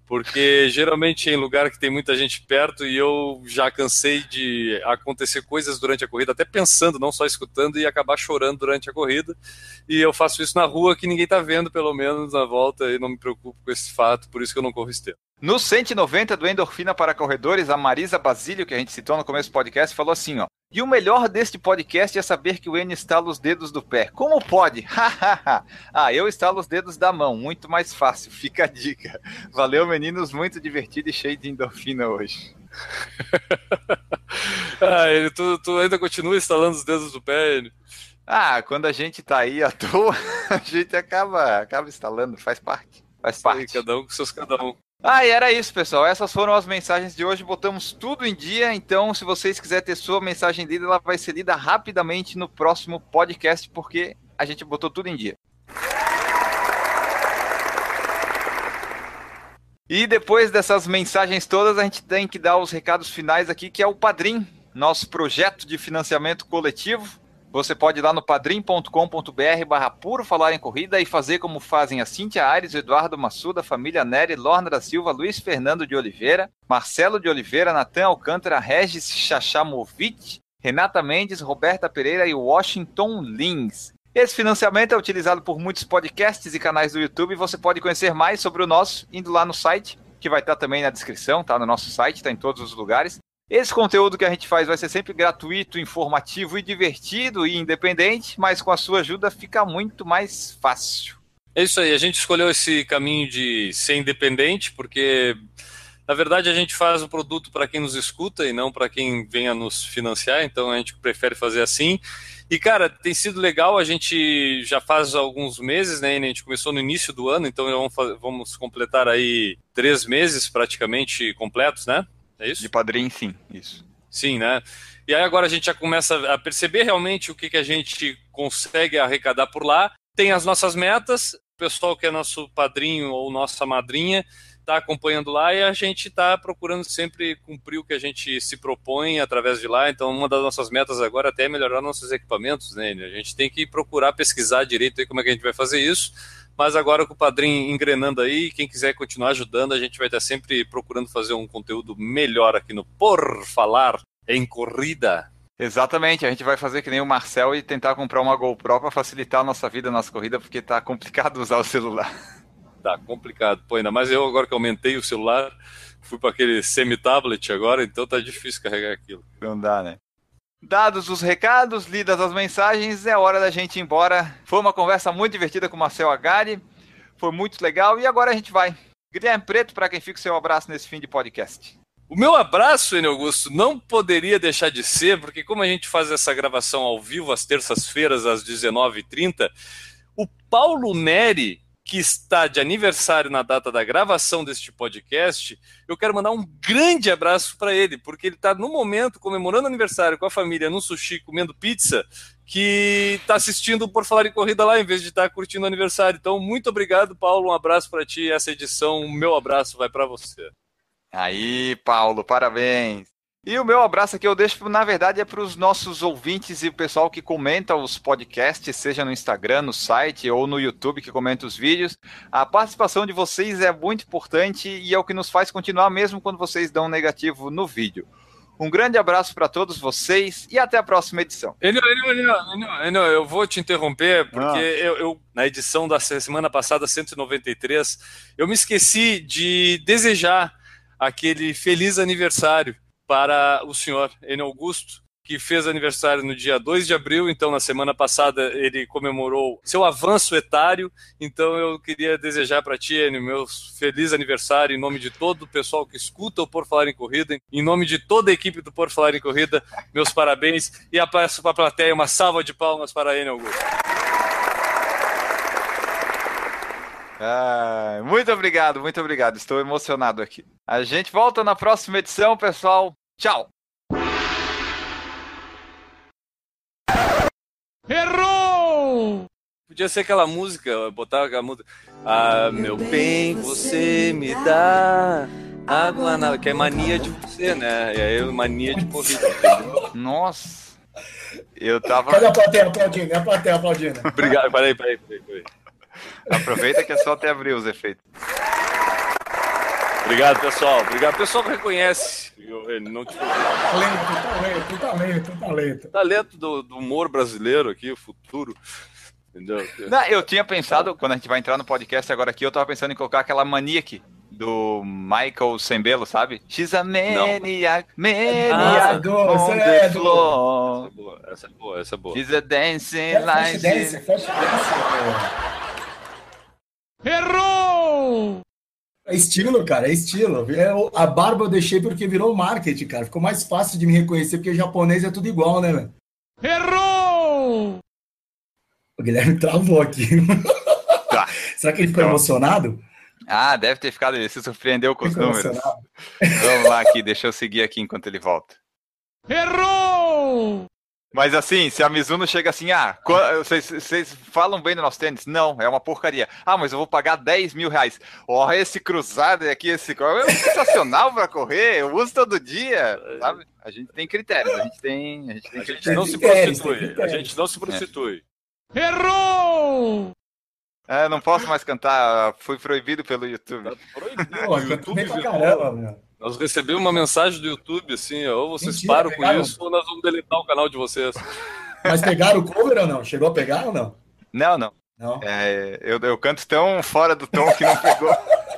porque geralmente é em lugar que tem muita gente perto e eu já cansei de acontecer coisas durante a corrida, até pensando, não só escutando, e acabar chorando durante a corrida. E eu faço isso na rua que ninguém tá vendo, pelo menos na volta, e não me preocupo com esse fato, por isso que eu não corro esteira. No 190 do Endorfina para Corredores, a Marisa Basílio, que a gente citou no começo do podcast, falou assim, ó: e o melhor deste podcast é saber que o Enio estala os dedos do pé. Como pode? Eu estalo os dedos da mão, muito mais fácil, fica a dica. Valeu, meninos, muito divertido e cheio de endorfina hoje. Tu ainda continua instalando os dedos do pé, Enio? Quando a gente tá aí à toa, a gente acaba instalando, faz parte. Faz parte. Aí, cada um com seus cada um. E era isso, pessoal. Essas foram as mensagens de hoje. Botamos tudo em dia. Então, se vocês quiserem ter sua mensagem lida, ela vai ser lida rapidamente no próximo podcast, porque a gente botou tudo em dia. E depois dessas mensagens todas, a gente tem que dar os recados finais aqui, que é o Padrim, nosso projeto de financiamento coletivo. Você pode ir lá no padrim.com.br/Puro Falar em Corrida e fazer como fazem a Cíntia Aires, o Eduardo Massuda, a família Nery, Lorna da Silva, Luiz Fernando de Oliveira, Marcelo de Oliveira, Natan Alcântara, Regis Chachamovic, Renata Mendes, Roberta Pereira e Washington Lins. Esse financiamento é utilizado por muitos podcasts e canais do YouTube. Você pode conhecer mais sobre o nosso indo lá no site, que vai estar também na descrição, tá? No nosso site, tá em todos os lugares. Esse conteúdo que a gente faz vai ser sempre gratuito, informativo e divertido e independente, mas com a sua ajuda fica muito mais fácil. É isso aí, a gente escolheu esse caminho de ser independente, porque na verdade a gente faz o produto para quem nos escuta e não para quem venha nos financiar, então a gente prefere fazer assim. E cara, tem sido legal, a gente já faz alguns meses, né? A gente começou no início do ano, então vamos completar aí 3 meses praticamente completos, né? É isso? De Padrim, sim, isso. Sim, né? E aí agora a gente já começa a perceber realmente o que a gente consegue arrecadar por lá. Tem as nossas metas, o pessoal que é nosso padrinho ou nossa madrinha está acompanhando lá e a gente está procurando sempre cumprir o que a gente se propõe através de lá. Então uma das nossas metas agora até é melhorar nossos equipamentos, né? A gente tem que procurar pesquisar direito aí como é que a gente vai fazer isso. Mas agora com o Padrim engrenando aí, quem quiser continuar ajudando, a gente vai estar sempre procurando fazer um conteúdo melhor aqui no Por Falar em Corrida. Exatamente, a gente vai fazer que nem o Marcel e tentar comprar uma GoPro para facilitar a nossa vida, a nossa corrida, porque tá complicado usar o celular. Tá complicado, pô, ainda mais eu agora que aumentei o celular, fui para aquele semi-tablet agora, então tá difícil carregar aquilo. Não dá, né? Dados os recados, lidas as mensagens, é hora da gente ir embora. Foi uma conversa muito divertida com o Marcel Agari, foi muito legal e agora a gente vai. Guilherme Preto, para quem fica o seu abraço nesse fim de podcast. O meu abraço, Enio Augusto, não poderia deixar de ser, porque como a gente faz essa gravação ao vivo às terças-feiras às 19h30, o Paulo Nery, que está de aniversário na data da gravação deste podcast, eu quero mandar um grande abraço para ele, porque ele está no momento comemorando aniversário com a família no sushi, comendo pizza, que está assistindo o Por Falar em Corrida lá, em vez de estar curtindo o aniversário. Então, muito obrigado, Paulo, um abraço para ti, essa edição, o meu abraço vai para você. Aí, Paulo, parabéns. E o meu abraço aqui eu deixo, na verdade, é para os nossos ouvintes e o pessoal que comenta os podcasts, seja no Instagram, no site ou no YouTube, que comenta os vídeos. A participação de vocês é muito importante e é o que nos faz continuar mesmo quando vocês dão um negativo no vídeo. Um grande abraço para todos vocês e até a próxima edição. Enio, eu vou te interromper porque eu na edição da semana passada, 193, eu me esqueci de desejar aquele feliz aniversário para o senhor Enio Augusto, que fez aniversário no dia 2 de abril, então na semana passada ele comemorou seu avanço etário, então eu queria desejar para ti, Enio, meu feliz aniversário em nome de todo o pessoal que escuta o Por Falar em Corrida, em nome de toda a equipe do Por Falar em Corrida, meus parabéns e peço para a plateia uma salva de palmas para Enio Augusto. Muito obrigado, estou emocionado aqui. A gente volta na próxima edição, pessoal. Tchau! Errou! Podia ser aquela música, botar aquela música. Ah, meu bem, você me dá água na... Que é mania de você, né? E aí mania de corrida, entendeu? Nossa! Eu tava... Cadê a plateia aplaudindo? Obrigado, peraí. Aproveita que é só até abrir os efeitos. Obrigado, pessoal. Obrigado. O pessoal que reconhece. Ele não te... Talento. Talento do humor brasileiro aqui, o futuro. Entendeu? Não, eu tinha pensado, quando a gente vai entrar no podcast agora aqui, eu tava pensando em colocar aquela Maniac do Michael Sembello, sabe? She's a maniac, maniac on the floor. Essa é boa. She's a dancing Flash like... dance. Errou! É estilo, cara, é estilo. A barba eu deixei porque virou marketing, cara. Ficou mais fácil de me reconhecer, porque japonês é tudo igual, né, velho? Errou! O Guilherme travou aqui. Tá. Será que ele ficou emocionado? Ah, deve ter ficado, ele se surpreendeu com os Ficou números. emocionado. Vamos lá aqui, deixa eu seguir aqui enquanto ele volta. Errou! Mas assim, se a Mizuno chega assim, vocês falam bem do nosso tênis? Não, é uma porcaria. Ah, mas eu vou pagar 10 mil reais. Ó, esse cruzado aqui, esse é sensacional pra correr, eu uso todo dia, sabe? A gente tem critérios, a gente tem A gente critérios. não se critérios, prostitui. tem critérios. A gente não se prostitui. Errou! É, não posso mais cantar, fui proibido pelo YouTube. Tá proibido. Pô, O YouTube bem pra virou- caramba, meu. Nós recebemos uma mensagem do YouTube assim, ó, ou vocês Mentira, param com pegaram? isso ou nós vamos deletar o canal de vocês. Mas pegaram o cover ou não? Chegou a pegar ou não? Não, não. Não. É, eu canto tão fora do tom que não pegou.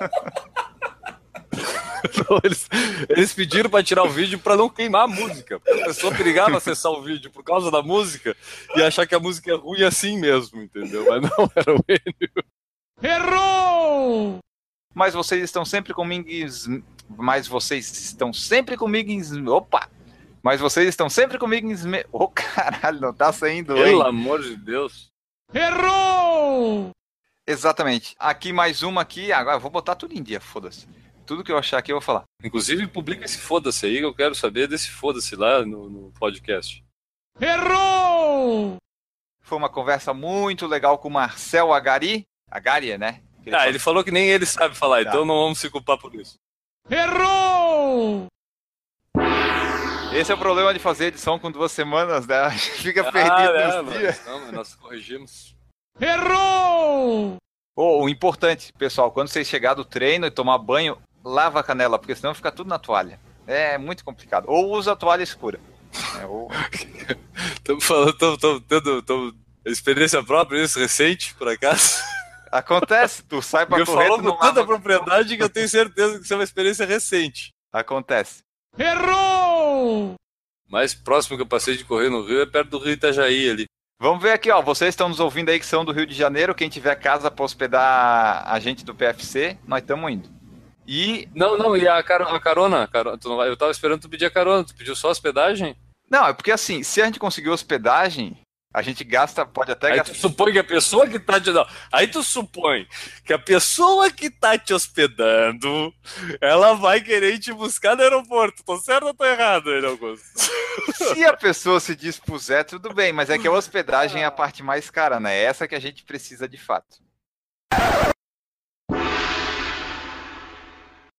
Então, eles pediram para tirar o vídeo para não queimar a música. Porque a pessoa perigava acessar o vídeo por causa da música e achar que a música é ruim assim mesmo, entendeu? Mas não era o Enio. Errou! Mas vocês estão sempre comigo Mas vocês estão sempre comigo Opa! Mas vocês estão sempre comigo Ô, caralho, não tá saindo, hein? Pelo amor de Deus. Errou! Exatamente. Aqui mais uma aqui. Agora eu vou botar tudo em dia, foda-se. Tudo que eu achar aqui eu vou falar. Inclusive, publica esse foda-se aí, que eu quero saber desse foda-se lá no podcast. Errou! Foi uma conversa muito legal com o Marcel Agari. Agari, né? Ele falou que nem ele sabe falar, Tá. então não vamos se culpar por isso. Errou! Esse é o problema de fazer edição com 2 semanas, né? A gente fica perdido nos dias. Mas nós corrigimos. Errou! O importante, pessoal, quando vocês chegar do treino e tomar banho, lava a canela, porque senão fica tudo na toalha. É muito complicado. Ou usa a toalha escura. Estamos falando, estamos tendo experiência própria, isso, recente, por acaso. Acontece, tu sai pra Porque correr, falou tu com não tanta lava... propriedade que eu tenho certeza que isso é uma experiência recente. Acontece. Errou! Mais próximo que eu passei de correr no Rio é perto do Rio Itajaí ali. Vamos ver aqui, ó. Vocês estão nos ouvindo aí que são do Rio de Janeiro. Quem tiver casa pra hospedar a gente do PFC, nós estamos indo. E... Não, e a carona? Eu tava esperando tu pedir a carona, tu pediu só hospedagem? Não, é porque assim, se a gente conseguir hospedagem, a gente gasta, pode até Aí gastar... tu supõe que a pessoa que tá te... Não. Aí tu supõe que a pessoa que tá te hospedando, ela vai querer ir te buscar no aeroporto. Tô certo ou tô errado, hein, Augusto? Se a pessoa se dispuser, tudo bem, mas é que a hospedagem é a parte mais cara, né? Essa que a gente precisa de fato.